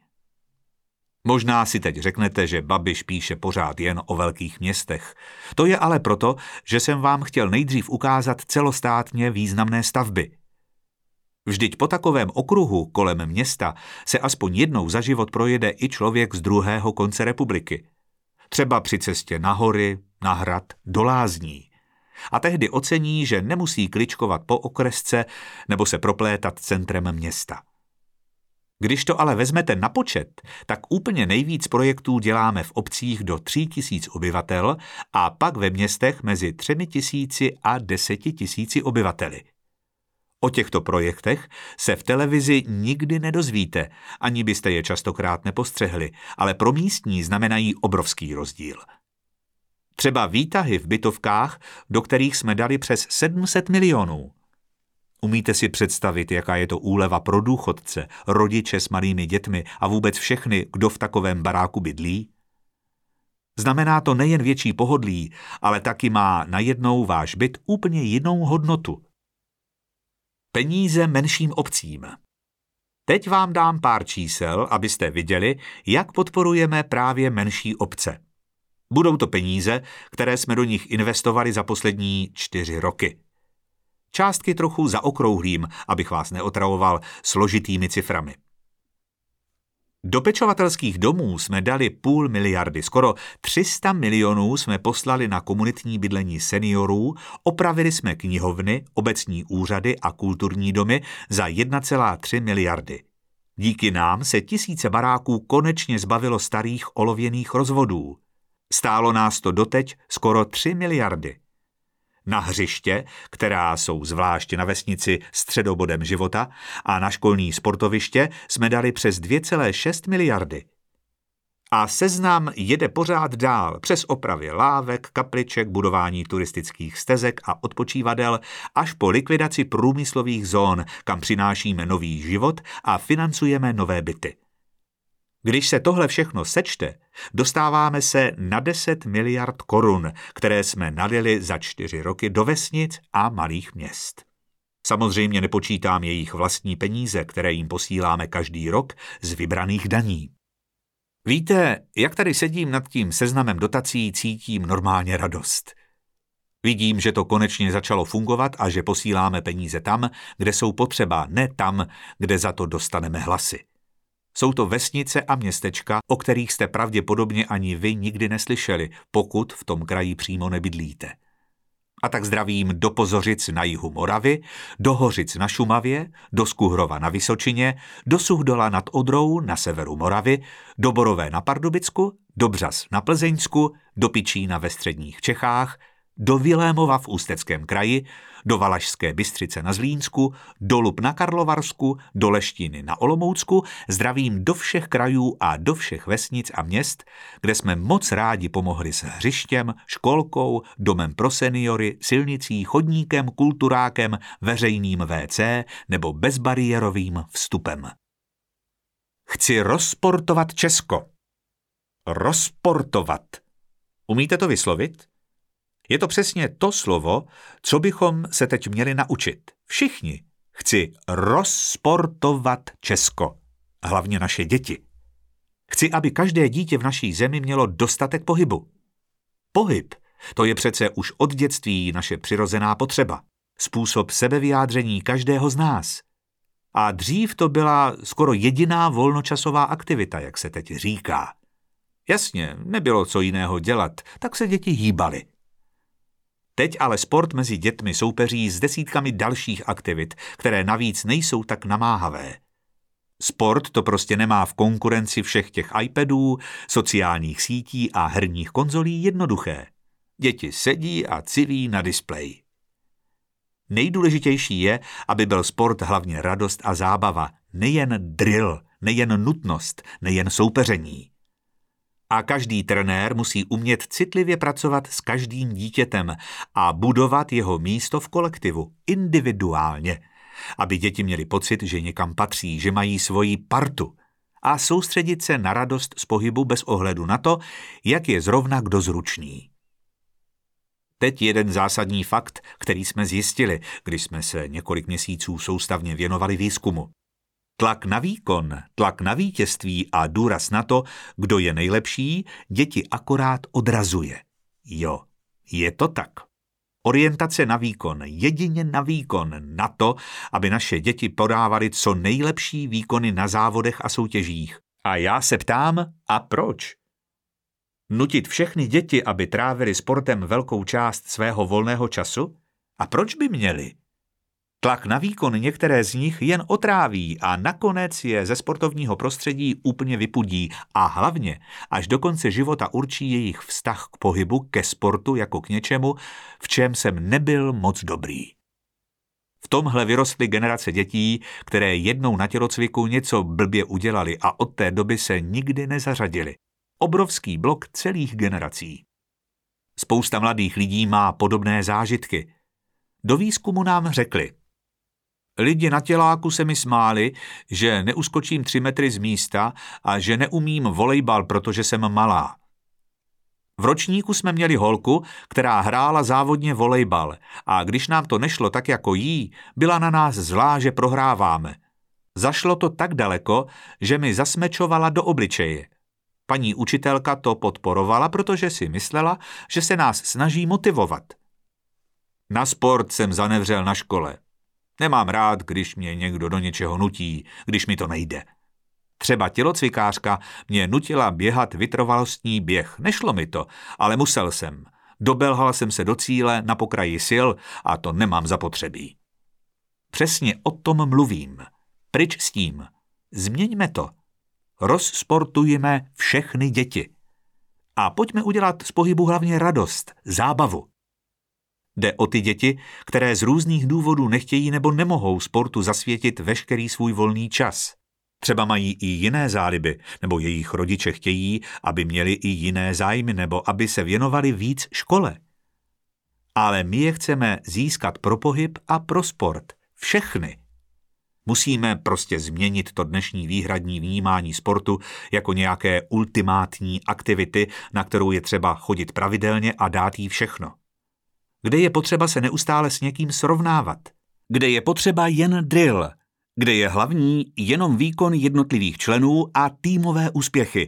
Možná si teď řeknete, že Babiš píše pořád jen o velkých městech. To je ale proto, že jsem vám chtěl nejdřív ukázat celostátně významné stavby. Vždyť po takovém okruhu kolem města se aspoň jednou za život projede i člověk z druhého konce republiky. Třeba při cestě na hory, na hrad, do lázní. A tehdy ocení, že nemusí kličkovat po okresce nebo se proplétat centrem města. Když to ale vezmete na počet, tak úplně nejvíc projektů děláme v obcích do tří tisíc obyvatel a pak ve městech mezi třemi tisíci a deseti tisíci obyvateli. O těchto projektech se v televizi nikdy nedozvíte, ani byste je častokrát nepostřehli, ale pro místní znamenají obrovský rozdíl. Třeba výtahy v bytovkách, do kterých jsme dali přes sedm set milionů. Umíte si představit, jaká je to úleva pro důchodce, rodiče s malými dětmi a vůbec všechny, kdo v takovém baráku bydlí? Znamená to nejen větší pohodlí, ale taky má najednou váš byt úplně jinou hodnotu. Peníze menším obcím. Teď vám dám pár čísel, abyste viděli, jak podporujeme právě menší obce. Budou to peníze, které jsme do nich investovali za poslední čtyři roky. Částky trochu zaokrouhlím, abych vás neotravoval složitými ciframi. Do pečovatelských domů jsme dali půl miliardy, skoro tři sta milionů jsme poslali na komunitní bydlení seniorů, opravili jsme knihovny, obecní úřady a kulturní domy za jedna celá tři miliardy. Díky nám se tisíce baráků konečně zbavilo starých olověných rozvodů. Stálo nás to doteď skoro tři miliardy. Na hřiště, která jsou zvláště na vesnici středobodem života, a na školní sportoviště jsme dali přes dvě celé šest miliardy. A seznam jede pořád dál přes opravy lávek, kapliček, budování turistických stezek a odpočívadel až po likvidaci průmyslových zón, kam přinášíme nový život a financujeme nové byty. Když se tohle všechno sečte, dostáváme se na deset miliard korun, které jsme nalili za čtyři roky do vesnic a malých měst. Samozřejmě nepočítám jejich vlastní peníze, které jim posíláme každý rok z vybraných daní. Víte, jak tady sedím nad tím seznamem dotací, cítím normálně radost. Vidím, že to konečně začalo fungovat a že posíláme peníze tam, kde jsou potřeba, ne tam, kde za to dostaneme hlasy. Jsou to vesnice a městečka, o kterých jste pravděpodobně ani vy nikdy neslyšeli, pokud v tom kraji přímo nebydlíte. A tak zdravím do Pozořic na jihu Moravy, do Hořic na Šumavě, do Skuhrova na Vysočině, do Suchdola nad Odrou na severu Moravy, do Borové na Pardubicku, do Břaz na Plzeňsku, do Pičína ve středních Čechách, do Vilémova v Ústeckém kraji, do Valašské Bystřice na Zlínsku, do Lub na Karlovarsku, do Leštiny na Olomoucku, zdravím do všech krajů a do všech vesnic a měst, kde jsme moc rádi pomohli s hřištěm, školkou, domem pro seniory, silnicí, chodníkem, kulturákem, veřejným vé cé nebo bezbariérovým vstupem. Chci rozportovat Česko. Rozportovat. Umíte to vyslovit? Je to přesně to slovo, co bychom se teď měli naučit. Všichni. Chci rozportovat Česko. Hlavně naše děti. Chci, aby každé dítě v naší zemi mělo dostatek pohybu. Pohyb, to je přece už od dětství naše přirozená potřeba. Způsob sebevyjádření každého z nás. A dřív to byla skoro jediná volnočasová aktivita, jak se teď říká. Jasně, nebylo co jiného dělat, tak se děti hýbaly. Teď ale sport mezi dětmi soupeří s desítkami dalších aktivit, které navíc nejsou tak namáhavé. Sport to prostě nemá v konkurenci všech těch iPadů, sociálních sítí a herních konzolí jednoduché. Děti sedí a civí na displeji. Nejdůležitější je, aby byl sport hlavně radost a zábava, nejen drill, nejen nutnost, nejen soupeření. A každý trenér musí umět citlivě pracovat s každým dítětem a budovat jeho místo v kolektivu, individuálně, aby děti měly pocit, že někam patří, že mají svoji partu a soustředit se na radost z pohybu bez ohledu na to, jak je zrovna kdo zručný. Teď jeden zásadní fakt, který jsme zjistili, když jsme se několik měsíců soustavně věnovali výzkumu. Tlak na výkon, tlak na vítězství a důraz na to, kdo je nejlepší, děti akorát odrazuje. Jo, je to tak. Orientace na výkon, jedině na výkon, na to, aby naše děti podávaly co nejlepší výkony na závodech a soutěžích. A já se ptám, a proč? Nutit všechny děti, aby trávili sportem velkou část svého volného času? A proč by měli? Tlak na výkon některé z nich jen otráví a nakonec je ze sportovního prostředí úplně vypudí a hlavně až do konce života určí jejich vztah k pohybu, ke sportu jako k něčemu, v čem jsem nebyl moc dobrý. V tomhle vyrostly generace dětí, které jednou na tělocviku něco blbě udělali a od té doby se nikdy nezařadili. Obrovský blok celých generací. Spousta mladých lidí má podobné zážitky. Do výzkumu nám řekli: lidi na těláku se mi smáli, že neuskočím tři metry z místa a že neumím volejbal, protože jsem malá. V ročníku jsme měli holku, která hrála závodně volejbal a když nám to nešlo tak jako jí, byla na nás zlá, že prohráváme. Zašlo to tak daleko, že mi zasmečovala do obličeje. Paní učitelka to podporovala, protože si myslela, že se nás snaží motivovat. Na sport jsem zanevřel na škole. Nemám rád, když mě někdo do něčeho nutí, když mi to nejde. Třeba tělocvikářka mě nutila běhat vytrvalostní běh. Nešlo mi to, ale musel jsem. Dobelhal jsem se do cíle na pokraji sil a to nemám zapotřebí. Přesně o tom mluvím. Pryč s tím. Změňme to. Rozsportujme všechny děti. A pojďme udělat z pohybu hlavně radost, zábavu. Jde o ty děti, které z různých důvodů nechtějí nebo nemohou sportu zasvětit veškerý svůj volný čas. Třeba mají i jiné záliby, nebo jejich rodiče chtějí, aby měli i jiné zájmy, nebo aby se věnovali víc škole. Ale my je chceme získat pro pohyb a pro sport. Všechny. Musíme prostě změnit to dnešní výhradní vnímání sportu jako nějaké ultimátní aktivity, na kterou je třeba chodit pravidelně a dát jí všechno. Kde je potřeba se neustále s někým srovnávat. Kde je potřeba jen drill. Kde je hlavní jenom výkon jednotlivých členů a týmové úspěchy.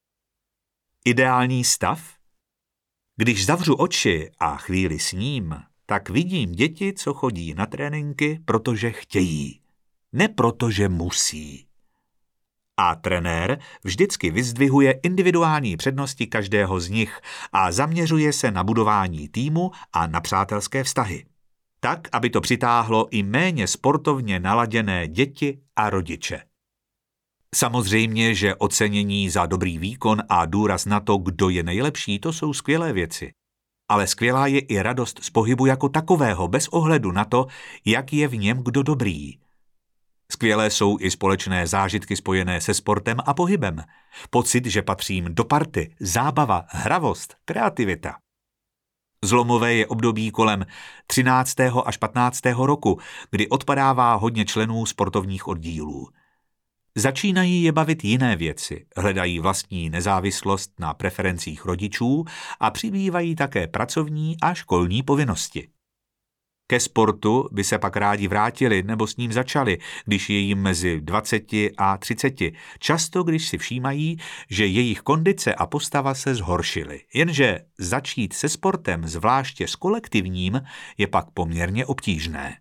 Ideální stav? Když zavřu oči a chvíli sním, tak vidím děti, co chodí na tréninky, protože chtějí. Ne protože musí. A trenér vždycky vyzdvihuje individuální přednosti každého z nich a zaměřuje se na budování týmu a na přátelské vztahy. Tak, aby to přitáhlo i méně sportovně naladěné děti a rodiče. Samozřejmě, že ocenění za dobrý výkon a důraz na to, kdo je nejlepší, to jsou skvělé věci. Ale skvělá je i radost z pohybu jako takového, bez ohledu na to, jak je v něm kdo dobrý. Skvělé jsou i společné zážitky spojené se sportem a pohybem. Pocit, že patřím do party, zábava, hravost, kreativita. Zlomové je období kolem třináctého až patnáctého roku, kdy odpadává hodně členů sportovních oddílů. Začínají je bavit jiné věci, hledají vlastní nezávislost na preferencích rodičů a přibývají také pracovní a školní povinnosti. Ke sportu by se pak rádi vrátili nebo s ním začali, když je jim mezi dvaceti a třiceti, často když si všímají, že jejich kondice a postava se zhoršily. Jenže začít se sportem, zvláště s kolektivním, je pak poměrně obtížné.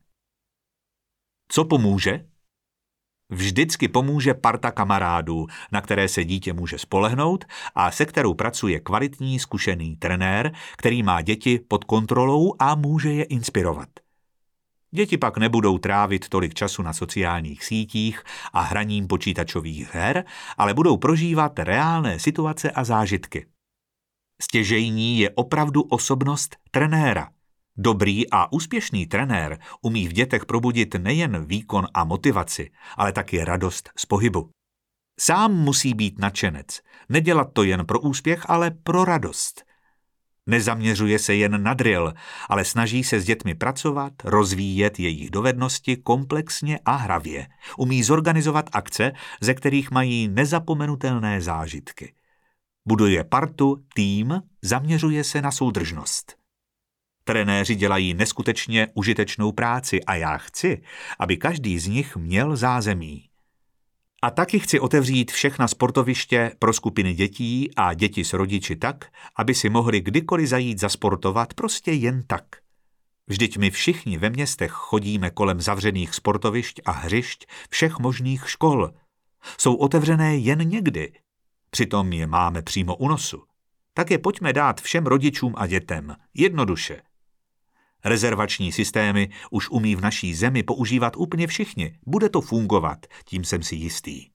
Co pomůže? Vždycky pomůže parta kamarádů, na které se dítě může spolehnout a se kterou pracuje kvalitní, zkušený trenér, který má děti pod kontrolou a může je inspirovat. Děti pak nebudou trávit tolik času na sociálních sítích a hraním počítačových her, ale budou prožívat reálné situace a zážitky. Stěžejní je opravdu osobnost trenéra. Dobrý a úspěšný trenér umí v dětech probudit nejen výkon a motivaci, ale taky radost z pohybu. Sám musí být nadšenec, nedělat to jen pro úspěch, ale pro radost. Nezaměřuje se jen na drill, ale snaží se s dětmi pracovat, rozvíjet jejich dovednosti komplexně a hravě. Umí zorganizovat akce, ze kterých mají nezapomenutelné zážitky. Buduje partu, tým, zaměřuje se na soudržnost. Trenéři dělají neskutečně užitečnou práci a já chci, aby každý z nich měl zázemí. A taky chci otevřít všechna sportoviště pro skupiny dětí a děti s rodiči tak, aby si mohli kdykoliv zajít zasportovat prostě jen tak. Vždyť my všichni ve městech chodíme kolem zavřených sportovišť a hřišť všech možných škol. Jsou otevřené jen někdy. Přitom je máme přímo u nosu. Tak je pojďme dát všem rodičům a dětem. Jednoduše. Rezervační systémy už umí v naší zemi používat úplně všichni. Bude to fungovat, tím jsem si jistý.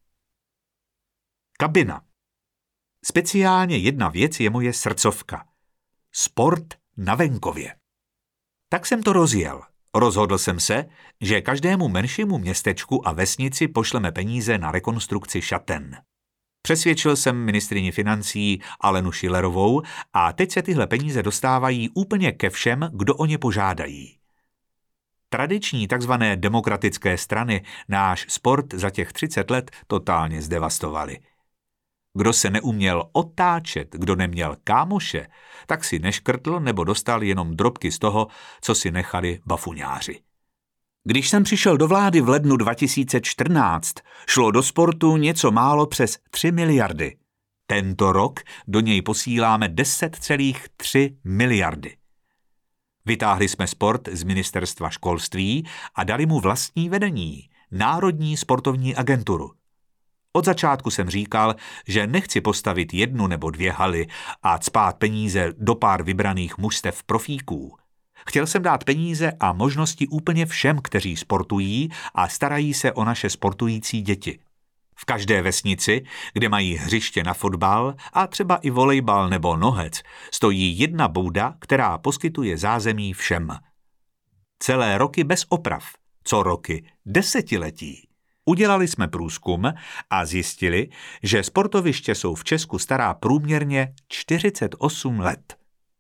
Kabina. Speciálně jedna věc je moje srdcovka. Sport na venkově. Tak jsem to rozjel. Rozhodl jsem se, že každému menšímu městečku a vesnici pošleme peníze na rekonstrukci šaten. Přesvědčil jsem ministryni financí Alenu Schillerovou a teď se tyhle peníze dostávají úplně ke všem, kdo o ně požádají. Tradiční takzvané demokratické strany náš sport za těch třicet let totálně zdevastovali. Kdo se neuměl otáčet, kdo neměl kámoše, tak si neškrtl nebo dostal jenom drobky z toho, co si nechali bafuňáři. Když jsem přišel do vlády v lednu dva tisíce čtrnáct, šlo do sportu něco málo přes tři miliardy. Tento rok do něj posíláme deset celá tři miliardy. Vytáhli jsme sport z ministerstva školství a dali mu vlastní vedení, Národní sportovní agenturu. Od začátku jsem říkal, že nechci postavit jednu nebo dvě haly a cpát peníze do pár vybraných mužstev profíků. Chtěl jsem dát peníze a možnosti úplně všem, kteří sportují a starají se o naše sportující děti. V každé vesnici, kde mají hřiště na fotbal a třeba i volejbal nebo nohec, stojí jedna bouda, která poskytuje zázemí všem. Celé roky bez oprav. Co roky? Desetiletí. Udělali jsme průzkum a zjistili, že sportoviště jsou v Česku stará průměrně čtyřicet osm let.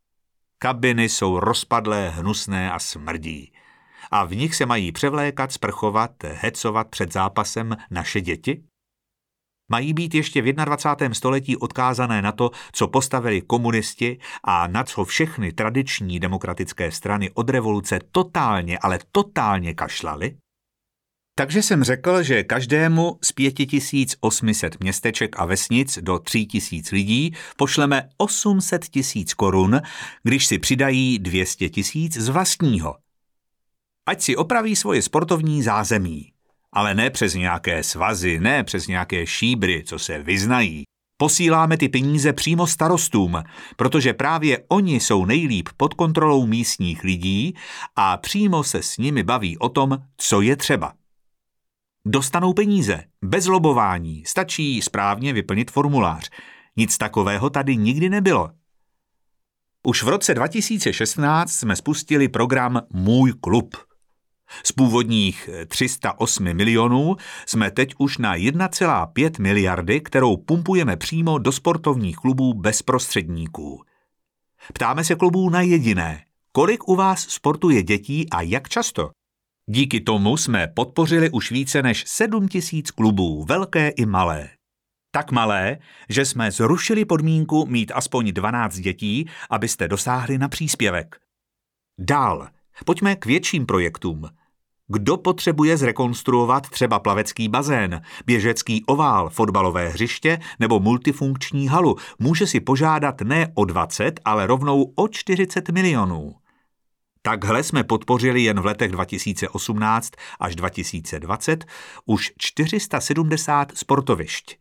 Kabiny jsou rozpadlé, hnusné a smrdí. A v nich se mají převlékat, sprchovat, hecovat před zápasem naše děti? Mají být ještě v dvacátém prvním století odkázané na to, co postavili komunisti a na co všechny tradiční demokratické strany od revoluce totálně, ale totálně kašlali? Takže jsem řekl, že každému z pět tisíc osm set městeček a vesnic do tři tisíce lidí pošleme osm set tisíc korun, když si přidají dvě stě tisíc z vlastního. Ať si opraví svoje sportovní zázemí. Ale ne přes nějaké svazy, ne přes nějaké šíbry, co se vyznají. Posíláme ty peníze přímo starostům, protože právě oni jsou nejlíp pod kontrolou místních lidí a přímo se s nimi baví o tom, co je třeba. Dostanou peníze, bez lobování, stačí správně vyplnit formulář. Nic takového tady nikdy nebylo. Už v roce dva tisíce šestnáct jsme spustili program Můj klub. Z původních tři sta osm milionů jsme teď už na jedna celá pět miliardy, kterou pumpujeme přímo do sportovních klubů bez prostředníků. Ptáme se klubů na jediné, kolik u vás sportuje dětí a jak často. Díky tomu jsme podpořili už více než sedm tisíc klubů, velké i malé. Tak malé, že jsme zrušili podmínku mít aspoň dvanáct dětí, abyste dosáhli na příspěvek. Dál, pojďme k větším projektům. Kdo potřebuje zrekonstruovat třeba plavecký bazén, běžecký ovál, fotbalové hřiště nebo multifunkční halu, může si požádat ne o dvacet, ale rovnou o čtyřicet milionů. Takhle jsme podpořili jen v letech dva tisíce osmnáct až dva tisíce dvacet už čtyři sta sedmdesát sportovišť.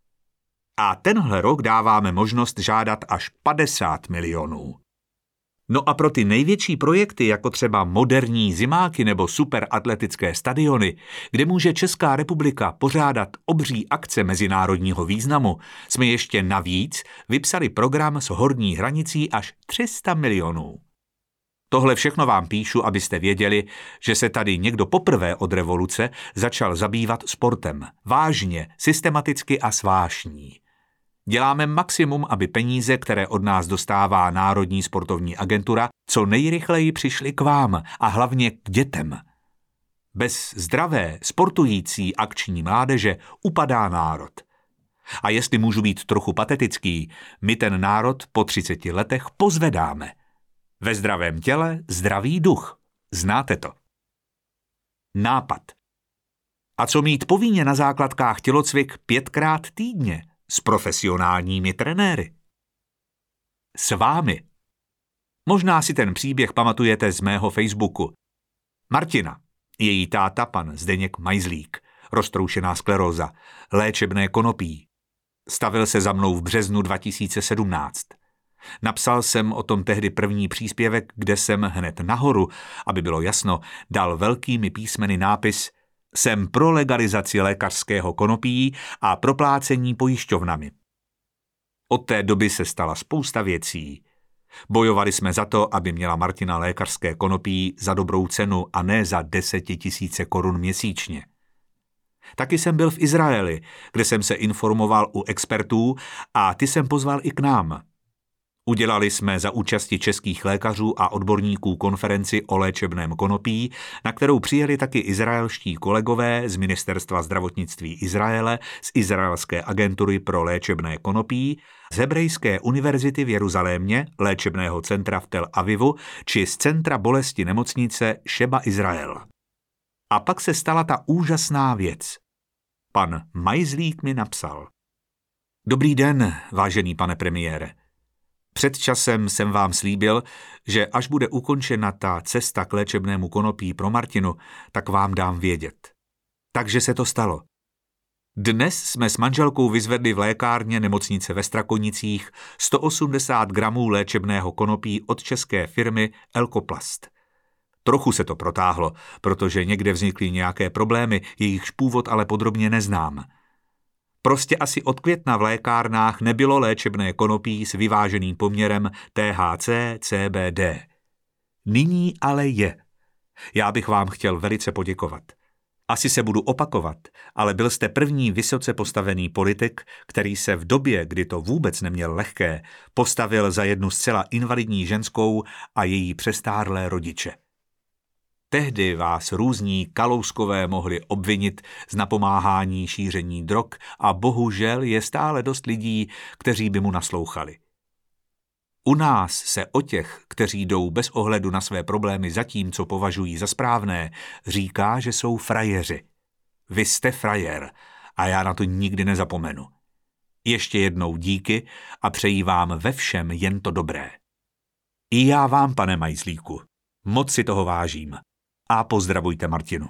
A tenhle rok dáváme možnost žádat až padesát milionů. No a pro ty největší projekty, jako třeba moderní zimáky nebo superatletické stadiony, kde může Česká republika pořádat obří akce mezinárodního významu, jsme ještě navíc vypsali program s horní hranicí až tři sta milionů. Tohle všechno vám píšu, abyste věděli, že se tady někdo poprvé od revoluce začal zabývat sportem. Vážně, systematicky a s vášní. Děláme maximum, aby peníze, které od nás dostává Národní sportovní agentura, co nejrychleji přišly k vám a hlavně k dětem. Bez zdravé, sportující akční mládeže upadá národ. A jestli můžu být trochu patetický, my ten národ po třiceti letech pozvedáme. Ve zdravém těle zdravý duch. Znáte to. Nápad. A co mít povinně na základkách tělocvik pětkrát týdně s profesionálními trenéry? S vámi. Možná si ten příběh pamatujete z mého Facebooku. Martina, její táta pan Zdeněk Majzlík, roztroušená skleróza, léčebné konopí. Stavil se za mnou v březnu dva tisíce sedmnáct. Napsal jsem o tom tehdy první příspěvek, kde jsem hned nahoru, aby bylo jasno, dal velkými písmeny nápis Jsem pro legalizaci lékařského konopí a proplácení pojišťovnami. Od té doby se stala spousta věcí. Bojovali jsme za to, aby měla Martina lékařské konopí za dobrou cenu a ne za desetitisíce korun měsíčně. Taky jsem byl v Izraeli, kde jsem se informoval u expertů a ty jsem pozval i k nám. Udělali jsme za účasti českých lékařů a odborníků konferenci o léčebném konopí, na kterou přijeli taky izraelští kolegové z Ministerstva zdravotnictví Izraele, z Izraelské agentury pro léčebné konopí, z Hebrejské univerzity v Jeruzalémě, léčebného centra v Tel Avivu, či z centra bolesti nemocnice Sheba Izrael. A pak se stala ta úžasná věc. Pan Majzlík mi napsal: Dobrý den, vážený pane premiére. Před časem jsem vám slíbil, že až bude ukončena ta cesta k léčebnému konopí pro Martinu, tak vám dám vědět. Takže se to stalo. Dnes jsme s manželkou vyzvedli v lékárně nemocnice ve Strakonicích sto osmdesát gramů léčebného konopí od české firmy Elkoplast. Trochu se to protáhlo, protože někde vznikly nějaké problémy, jejichž původ ale podrobně neznám. Prostě asi od května v lékárnách nebylo léčebné konopí s vyváženým poměrem T H C C B D. Nyní ale je. Já bych vám chtěl velice poděkovat. Asi se budu opakovat, ale byl jste první vysoce postavený politik, který se v době, kdy to vůbec neměl lehké, postavil za jednu zcela invalidní ženskou a její přestárlé rodiče. Tehdy vás různí Kalouskové mohli obvinit z napomáhání šíření drog a bohužel je stále dost lidí, kteří by mu naslouchali. U nás se o těch, kteří jdou bez ohledu na své problémy za tím, co považují za správné, říká, že jsou frajeři. Vy jste frajer a já na to nikdy nezapomenu. Ještě jednou díky a přeji vám ve všem jen to dobré. I já vám, pane Majzlíku, moc si toho vážím. A pozdravujte Martinu.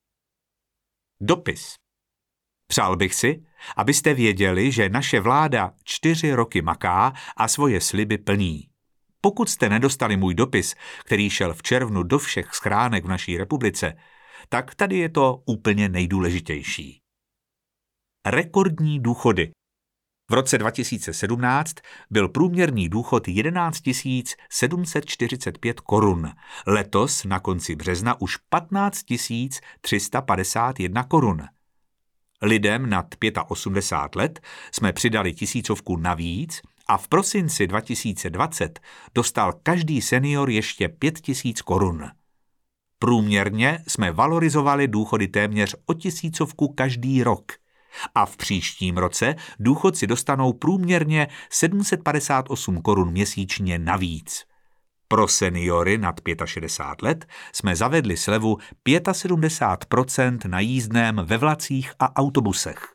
Dopis. Přál bych si, abyste věděli, že naše vláda čtyři roky maká a svoje sliby plní. Pokud jste nedostali můj dopis, který šel v červnu do všech schránek v naší republice, tak tady je to úplně nejdůležitější. Rekordní důchody. V roce dva tisíce sedmnáct byl průměrný důchod jedenáct tisíc sedm set čtyřicet pět korun. Letos na konci března už patnáct tisíc tři sta padesát jedna korun. Lidem nad osmdesát pět let jsme přidali tisícovku navíc a v prosinci dva tisíce dvacet dostal každý senior ještě pět tisíc korun. Průměrně jsme valorizovali důchody téměř o tisícovku každý rok. A v příštím roce důchodci dostanou průměrně sedm set padesát osm korun měsíčně navíc. Pro seniory nad šedesát pět let jsme zavedli slevu sedmdesát pět procent na jízdném ve vlacích a autobusech.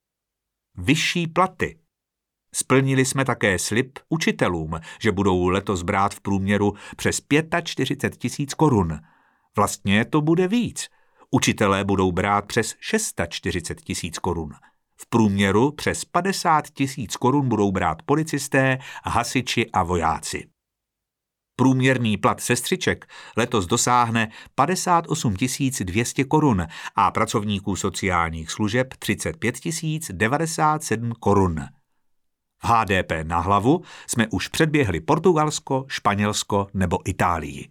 Vyšší platy. Splnili jsme také slib učitelům, že budou letos brát v průměru přes čtyřicet pět tisíc korun. Vlastně to bude víc. Učitelé budou brát přes čtyřicet šest tisíc korun. V průměru přes padesát tisíc korun budou brát policisté, hasiči a vojáci. Průměrný plat sestřiček letos dosáhne padesát osm tisíc dvě stě korun a pracovníků sociálních služeb třicet pět tisíc devadesát sedm korun. V H D P na hlavu jsme už předběhli Portugalsko, Španělsko nebo Itálii.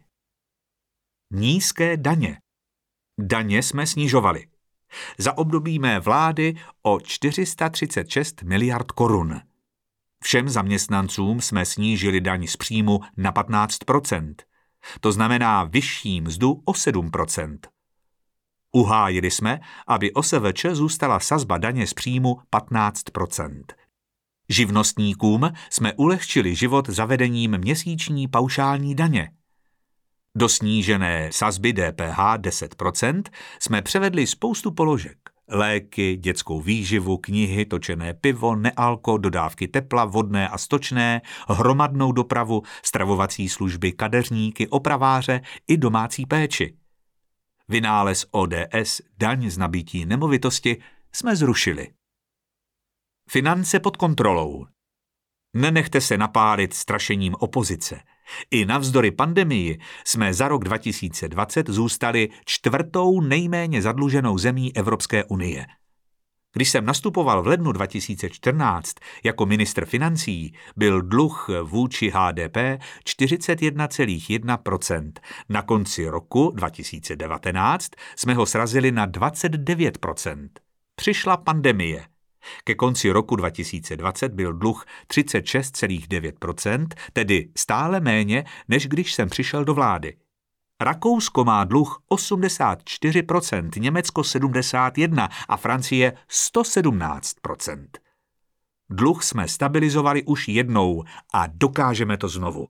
Nízké daně. Daně jsme snižovali. Za období mé vlády o čtyři sta třicet šest miliard korun. Všem zaměstnancům jsme snížili daň z příjmu na patnáct procent. To znamená vyšší mzdu o sedm procent. Uhájili jsme, aby O S V Č zůstala sazba daně z příjmu patnáct procent. Živnostníkům jsme ulehčili život zavedením měsíční paušální daně. Do snížené sazby D P H deset procent jsme převedli spoustu položek. Léky, dětskou výživu, knihy, točené pivo, nealko, dodávky tepla, vodné a stočné, hromadnou dopravu, stravovací služby, kadeřníky, opraváře i domácí péči. Vynález O D S, daň z nabýtí nemovitosti, jsme zrušili. Finance pod kontrolou. Nenechte se napálit strašením opozice. I navzdory pandemii jsme za rok dva tisíce dvacet zůstali čtvrtou nejméně zadluženou zemí Evropské unie. Když jsem nastupoval v lednu dva tisíce čtrnáct jako ministr financí, byl dluh vůči H D P čtyřicet jedna celá jedna procenta. Na konci roku dva tisíce devatenáct jsme ho srazili na dvacet devět procent. Přišla pandemie. Ke konci roku dva tisíce dvacet byl dluh třicet šest celá devět procenta, tedy stále méně, než když jsem přišel do vlády. Rakousko má dluh osmdesát čtyři procent, Německo sedmdesát jedna procent a Francie sto sedmnáct procent. Dluh jsme stabilizovali už jednou a dokážeme to znovu.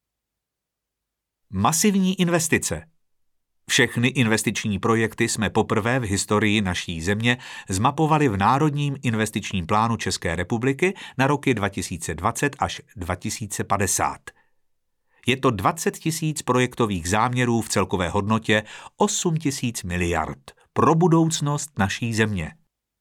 Masivní investice. Všechny investiční projekty jsme poprvé v historii naší země zmapovali v Národním investičním plánu České republiky na roky dva tisíce dvacet až dva tisíce padesát. Je to dvacet tisíc projektových záměrů v celkové hodnotě osm tisíc miliard pro budoucnost naší země.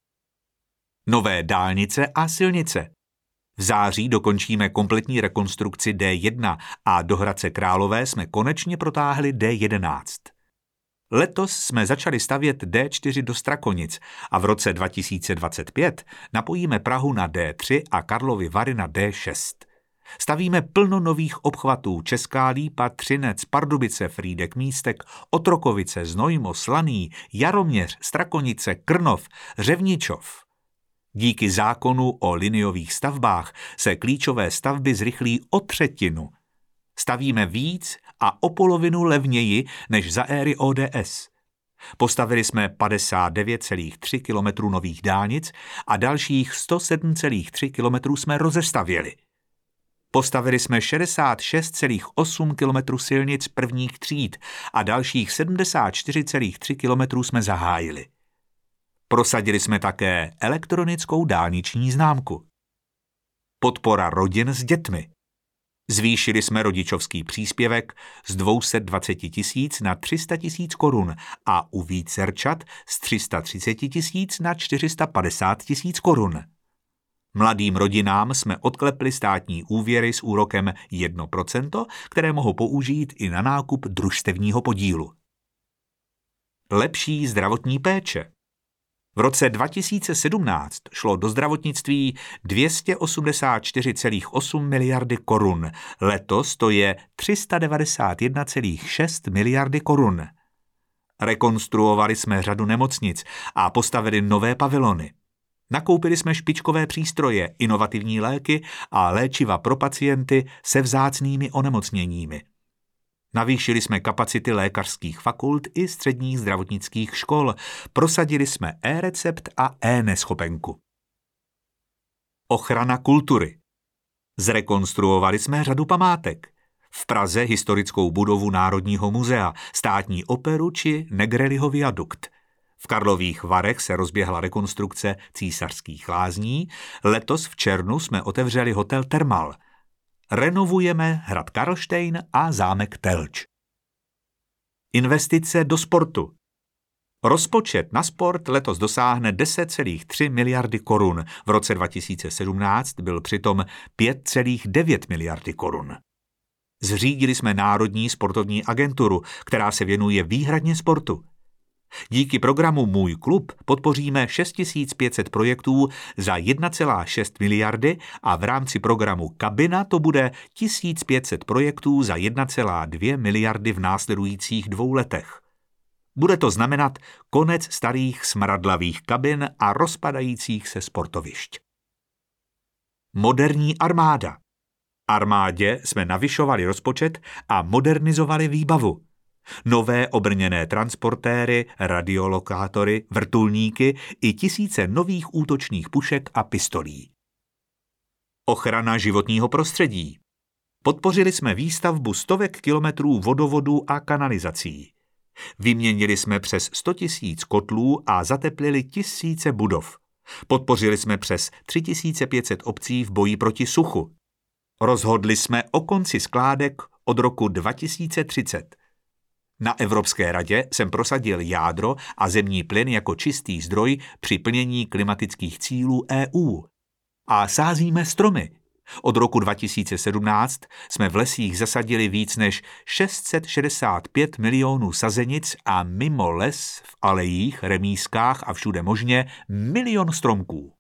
Nové dálnice a silnice. V září dokončíme kompletní rekonstrukci D jedna a do Hradce Králové jsme konečně protáhli D jedenáct. Letos jsme začali stavět D čtyři do Strakonic a v roce dva tisíce dvacet pět napojíme Prahu na D tři a Karlovy Vary na D šest. Stavíme plno nových obchvatů Česká Lípa, Třinec, Pardubice, Frýdek, Místek, Otrokovice, Znojmo, Slaný, Jaroměř, Strakonice, Krnov, Řevničov. Díky zákonu o liniových stavbách se klíčové stavby zrychlí o třetinu. Stavíme víc a o polovinu levněji než za éry O D S. Postavili jsme padesát devět celá tři kilometru nových dálnic a dalších sto sedm celá tři kilometru jsme rozestavěli. Postavili jsme šedesát šest celá osm kilometru silnic prvních tříd a dalších sedmdesát čtyři celá tři kilometru jsme zahájili. Prosadili jsme také elektronickou dálniční známku. Podpora rodin s dětmi. Zvýšili jsme rodičovský příspěvek z dvě stě dvacet tisíc na tři sta tisíc korun a u vícerčat z tři sta třicet tisíc na čtyři sta padesát tisíc korun. Mladým rodinám jsme odklepli státní úvěry s úrokem jedno procento, které mohou použít i na nákup družstevního podílu. Lepší zdravotní péče. V roce dva tisíce sedmnáct šlo do zdravotnictví dvě stě osmdesát čtyři celá osm miliardy korun. Letos to je tři sta devadesát jedna celá šest miliardy korun. Rekonstruovali jsme řadu nemocnic a postavili nové pavilony. Nakoupili jsme špičkové přístroje, inovativní léky a léčiva pro pacienty se vzácnými onemocněními. Navýšili jsme kapacity lékařských fakult i středních zdravotnických škol. Prosadili jsme e-recept a e-neschopenku. Ochrana kultury. Zrekonstruovali jsme řadu památek. V Praze historickou budovu Národního muzea, státní operu či Negrelliho viadukt. V Karlových Varech se rozběhla rekonstrukce Císařských lázní. Letos v červnu jsme otevřeli hotel Thermal. Renovujeme hrad Karlštejn a zámek Telč. Investice do sportu. Rozpočet na sport letos dosáhne deset celá tři miliardy korun. V roce dva tisíce sedmnáct byl přitom pět celá devět miliardy korun. Zřídili jsme Národní sportovní agenturu, která se věnuje výhradně sportu. Díky programu Můj klub podpoříme šest tisíc pět set projektů za jedna celá šest miliardy a v rámci programu Kabina to bude tisíc pět set projektů za jedna celá dvě miliardy v následujících dvou letech. Bude to znamenat konec starých smradlavých kabin a rozpadajících se sportovišť. Moderní armáda. Armádě jsme navyšovali rozpočet a modernizovali výbavu. Nové obrněné transportéry, radiolokátory, vrtulníky i tisíce nových útočných pušek a pistolí. Ochrana životního prostředí. Podpořili jsme výstavbu stovek kilometrů vodovodů a kanalizací. Vyměnili jsme přes sto tisíc kotlů a zateplili tisíce budov. Podpořili jsme přes tři tisíce pět set obcí v boji proti suchu. Rozhodli jsme o konci skládek od roku dva tisíce třicet. Na Evropské radě jsem prosadil jádro a zemní plyn jako čistý zdroj při plnění klimatických cílů E U. A sázíme stromy. Od roku dva tisíce sedmnáct jsme v lesích zasadili víc než šest set šedesát pět milionů sazenic a mimo les, v alejích, remízkách a všude možně milion stromků.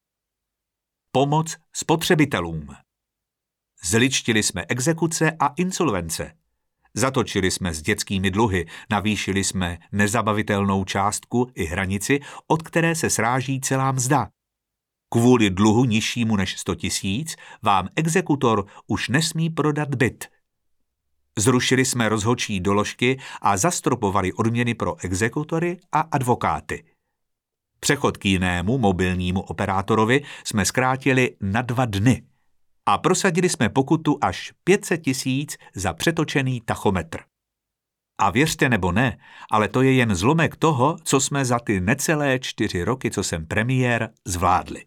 Pomoc spotřebitelům. Zličtili jsme exekuce a insolvence. Zatočili jsme s dětskými dluhy, navýšili jsme nezabavitelnou částku i hranici, od které se sráží celá mzda. Kvůli dluhu nižšímu než sto tisíc vám exekutor už nesmí prodat byt. Zrušili jsme rozhodčí doložky a zastropovali odměny pro exekutory a advokáty. Přechod k jinému mobilnímu operátorovi jsme zkrátili na dva dny a prosadili jsme pokutu až pět set tisíc za přetočený tachometr. A věřte nebo ne, ale to je jen zlomek toho, co jsme za ty necelé čtyři roky, co jsem premiér, zvládli.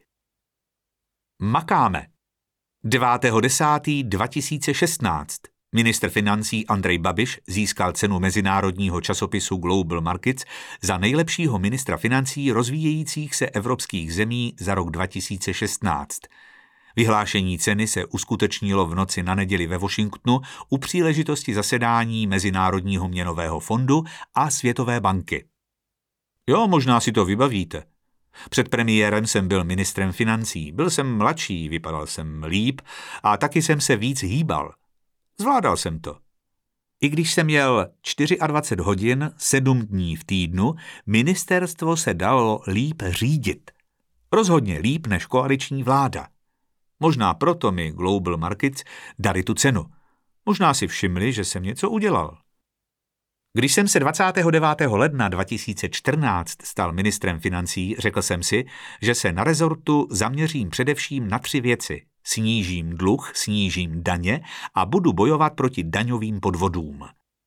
Makáme. devátého desátého dva tisíce šestnáct ministr financí Andrej Babiš získal cenu mezinárodního časopisu Global Markets za nejlepšího ministra financí rozvíjejících se evropských zemí za rok dva tisíce šestnáct. Vyhlášení ceny se uskutečnilo v noci na neděli ve Washingtonu u příležitosti zasedání Mezinárodního měnového fondu a Světové banky. Jo, možná si to vybavíte. Před premiérem jsem byl ministrem financí, byl jsem mladší, vypadal jsem líp a taky jsem se víc hýbal. Zvládal jsem to. I když jsem měl dvacet čtyři hodin, sedm dní v týdnu, ministerstvo se dalo líp řídit. Rozhodně líp než koaliční vláda. Možná proto mi Global Markets dali tu cenu. Možná si všimli, že jsem něco udělal. Když jsem se dvacátého devátého ledna dva tisíce čtrnáct stal ministrem financí, řekl jsem si, že se na rezortu zaměřím především na tři věci. Snížím dluh, snížím daně a budu bojovat proti daňovým podvodům.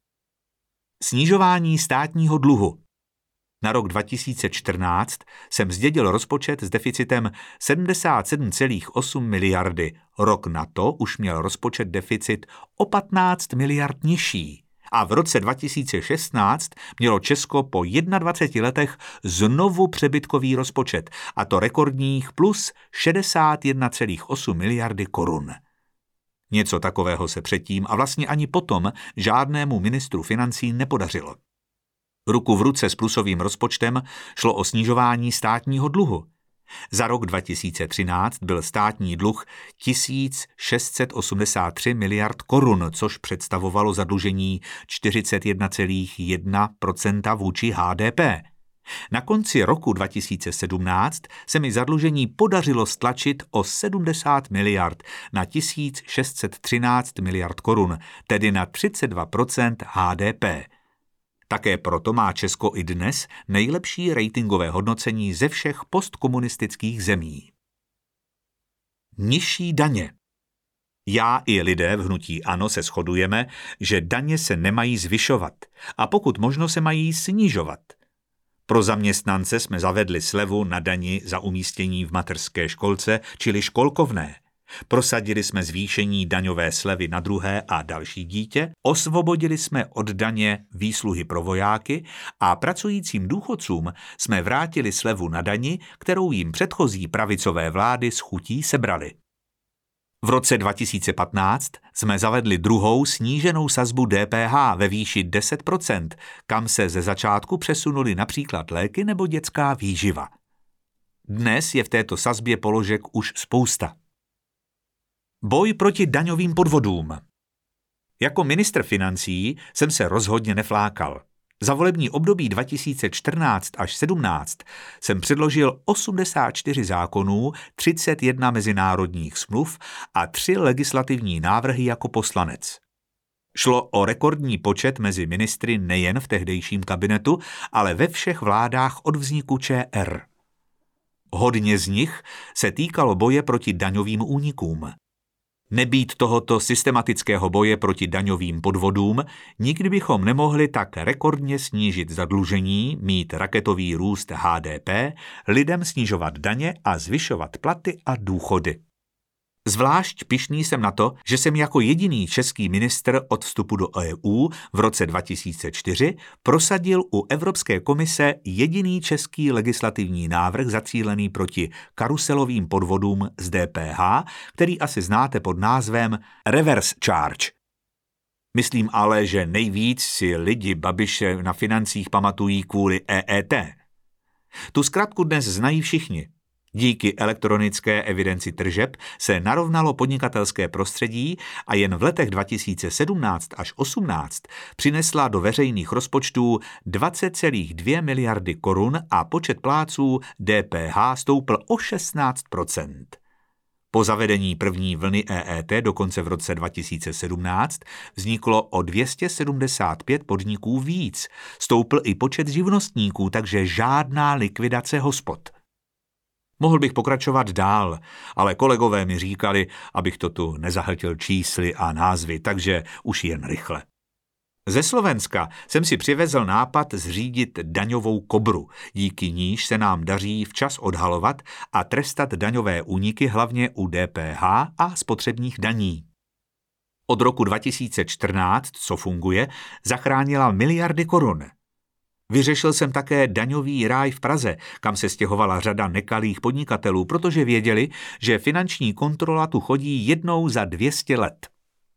Snižování státního dluhu. Na rok dva tisíce čtrnáct jsem zdědil rozpočet s deficitem sedmdesát sedm celá osm miliardy. Rok na to už měl rozpočet deficit o patnáct miliard nižší. A v roce dva tisíce šestnáct mělo Česko po dvaceti jedné letech znovu přebytkový rozpočet, a to rekordních plus šedesát jedna celá osm miliardy korun. Něco takového se předtím a vlastně ani potom žádnému ministru financí nepodařilo. Ruku v ruce s plusovým rozpočtem šlo o snižování státního dluhu. Za rok dva tisíce třináct byl státní dluh tisíc šest set osmdesát tři miliard korun, což představovalo zadlužení čtyřicet jedna celá jedna procenta vůči H D P. Na konci roku dva tisíce sedmnáct se mi zadlužení podařilo stlačit o sedmdesát miliard na tisíc šest set třináct miliard korun, tedy na třicet dva procent H D P. Také proto má Česko i dnes nejlepší ratingové hodnocení ze všech postkomunistických zemí. Nižší daně. Já i lidé v hnutí ANO se shodujeme, že daně se nemají zvyšovat a pokud možno se mají snižovat. Pro zaměstnance jsme zavedli slevu na dani za umístění v mateřské školce, čili školkovné. Prosadili jsme zvýšení daňové slevy na druhé a další dítě, osvobodili jsme od daně výsluhy pro vojáky a pracujícím důchodcům jsme vrátili slevu na dani, kterou jim předchozí pravicové vlády s chutí sebrali. V roce dva tisíce patnáct jsme zavedli druhou sníženou sazbu D P H ve výši deset procent, kam se ze začátku přesunuli například léky nebo dětská výživa. Dnes je v této sazbě položek už spousta. Boj proti daňovým podvodům. Jako ministr financí jsem se rozhodně neflákal. Za volební období dva tisíce čtrnáct až sedmnáct jsem předložil osmdesát čtyři zákonů, třicet jedna mezinárodních smluv a tři legislativní návrhy jako poslanec. Šlo o rekordní počet mezi ministry nejen v tehdejším kabinetu, ale ve všech vládách od vzniku Č R. Hodně z nich se týkalo boje proti daňovým únikům. Nebýt tohoto systematického boje proti daňovým podvodům, nikdy bychom nemohli tak rekordně snížit zadlužení, mít raketový růst H D P, lidem snižovat daně a zvyšovat platy a důchody. Zvlášť pyšný jsem na to, že jsem jako jediný český ministr od vstupu do E U v roce dva tisíce čtyři prosadil u Evropské komise jediný český legislativní návrh zacílený proti karuselovým podvodům z D P H, který asi znáte pod názvem reverse charge. Myslím ale, že nejvíc si lidi Babiše na financích pamatují kvůli E E T. Tu zkratku dnes znají všichni. Díky elektronické evidenci tržeb se narovnalo podnikatelské prostředí a jen v letech dva tisíce sedmnáct až osmnáct přinesla do veřejných rozpočtů dvacet celá dvě miliardy korun a počet plátců D P H stoupl o šestnáct procent. Po zavedení první vlny E E T dokonce v roce dva tisíce sedmnáct vzniklo o dvě stě sedmdesát pět podniků víc. Stoupl i počet živnostníků, takže žádná likvidace hospod. Mohl bych pokračovat dál, ale kolegové mi říkali, abych to tu nezahltil čísly a názvy, takže už jen rychle. Ze Slovenska jsem si přivezl nápad zřídit daňovou kobru, díky níž se nám daří včas odhalovat a trestat daňové úniky hlavně u D P H a spotřebních daní. Od roku dva tisíce čtrnáct, co funguje, zachránila miliardy korun. Vyřešil jsem také daňový ráj v Praze, kam se stěhovala řada nekalých podnikatelů, protože věděli, že finanční kontrola tu chodí jednou za dvě stě let.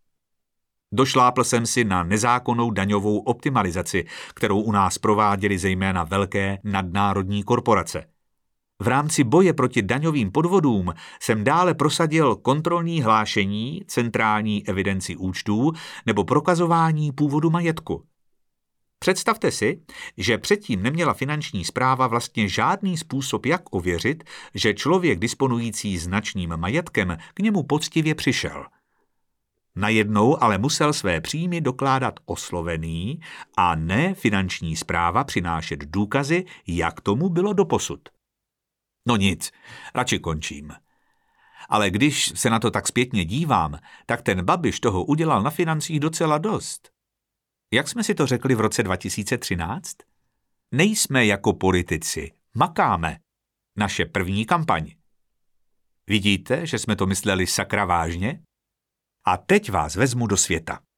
Došlápl jsem si na nezákonnou daňovou optimalizaci, kterou u nás prováděly zejména velké nadnárodní korporace. V rámci boje proti daňovým podvodům jsem dále prosadil kontrolní hlášení, centrální evidenci účtů nebo prokazování původu majetku. Představte si, že předtím neměla finanční správa vlastně žádný způsob, jak ověřit, že člověk disponující značným majetkem k němu poctivě přišel. Najednou ale musel své příjmy dokládat oslovený a ne finanční správa přinášet důkazy, jak tomu bylo doposud. No nic, radši končím. Ale když se na to tak zpětně dívám, tak ten Babiš toho udělal na financích docela dost. Jak jsme si to řekli v roce dva tisíce třináct? Nejsme jako politici, makáme. Naše první kampaň. Vidíte, že jsme to mysleli sakra vážně? A teď vás vezmu do světa.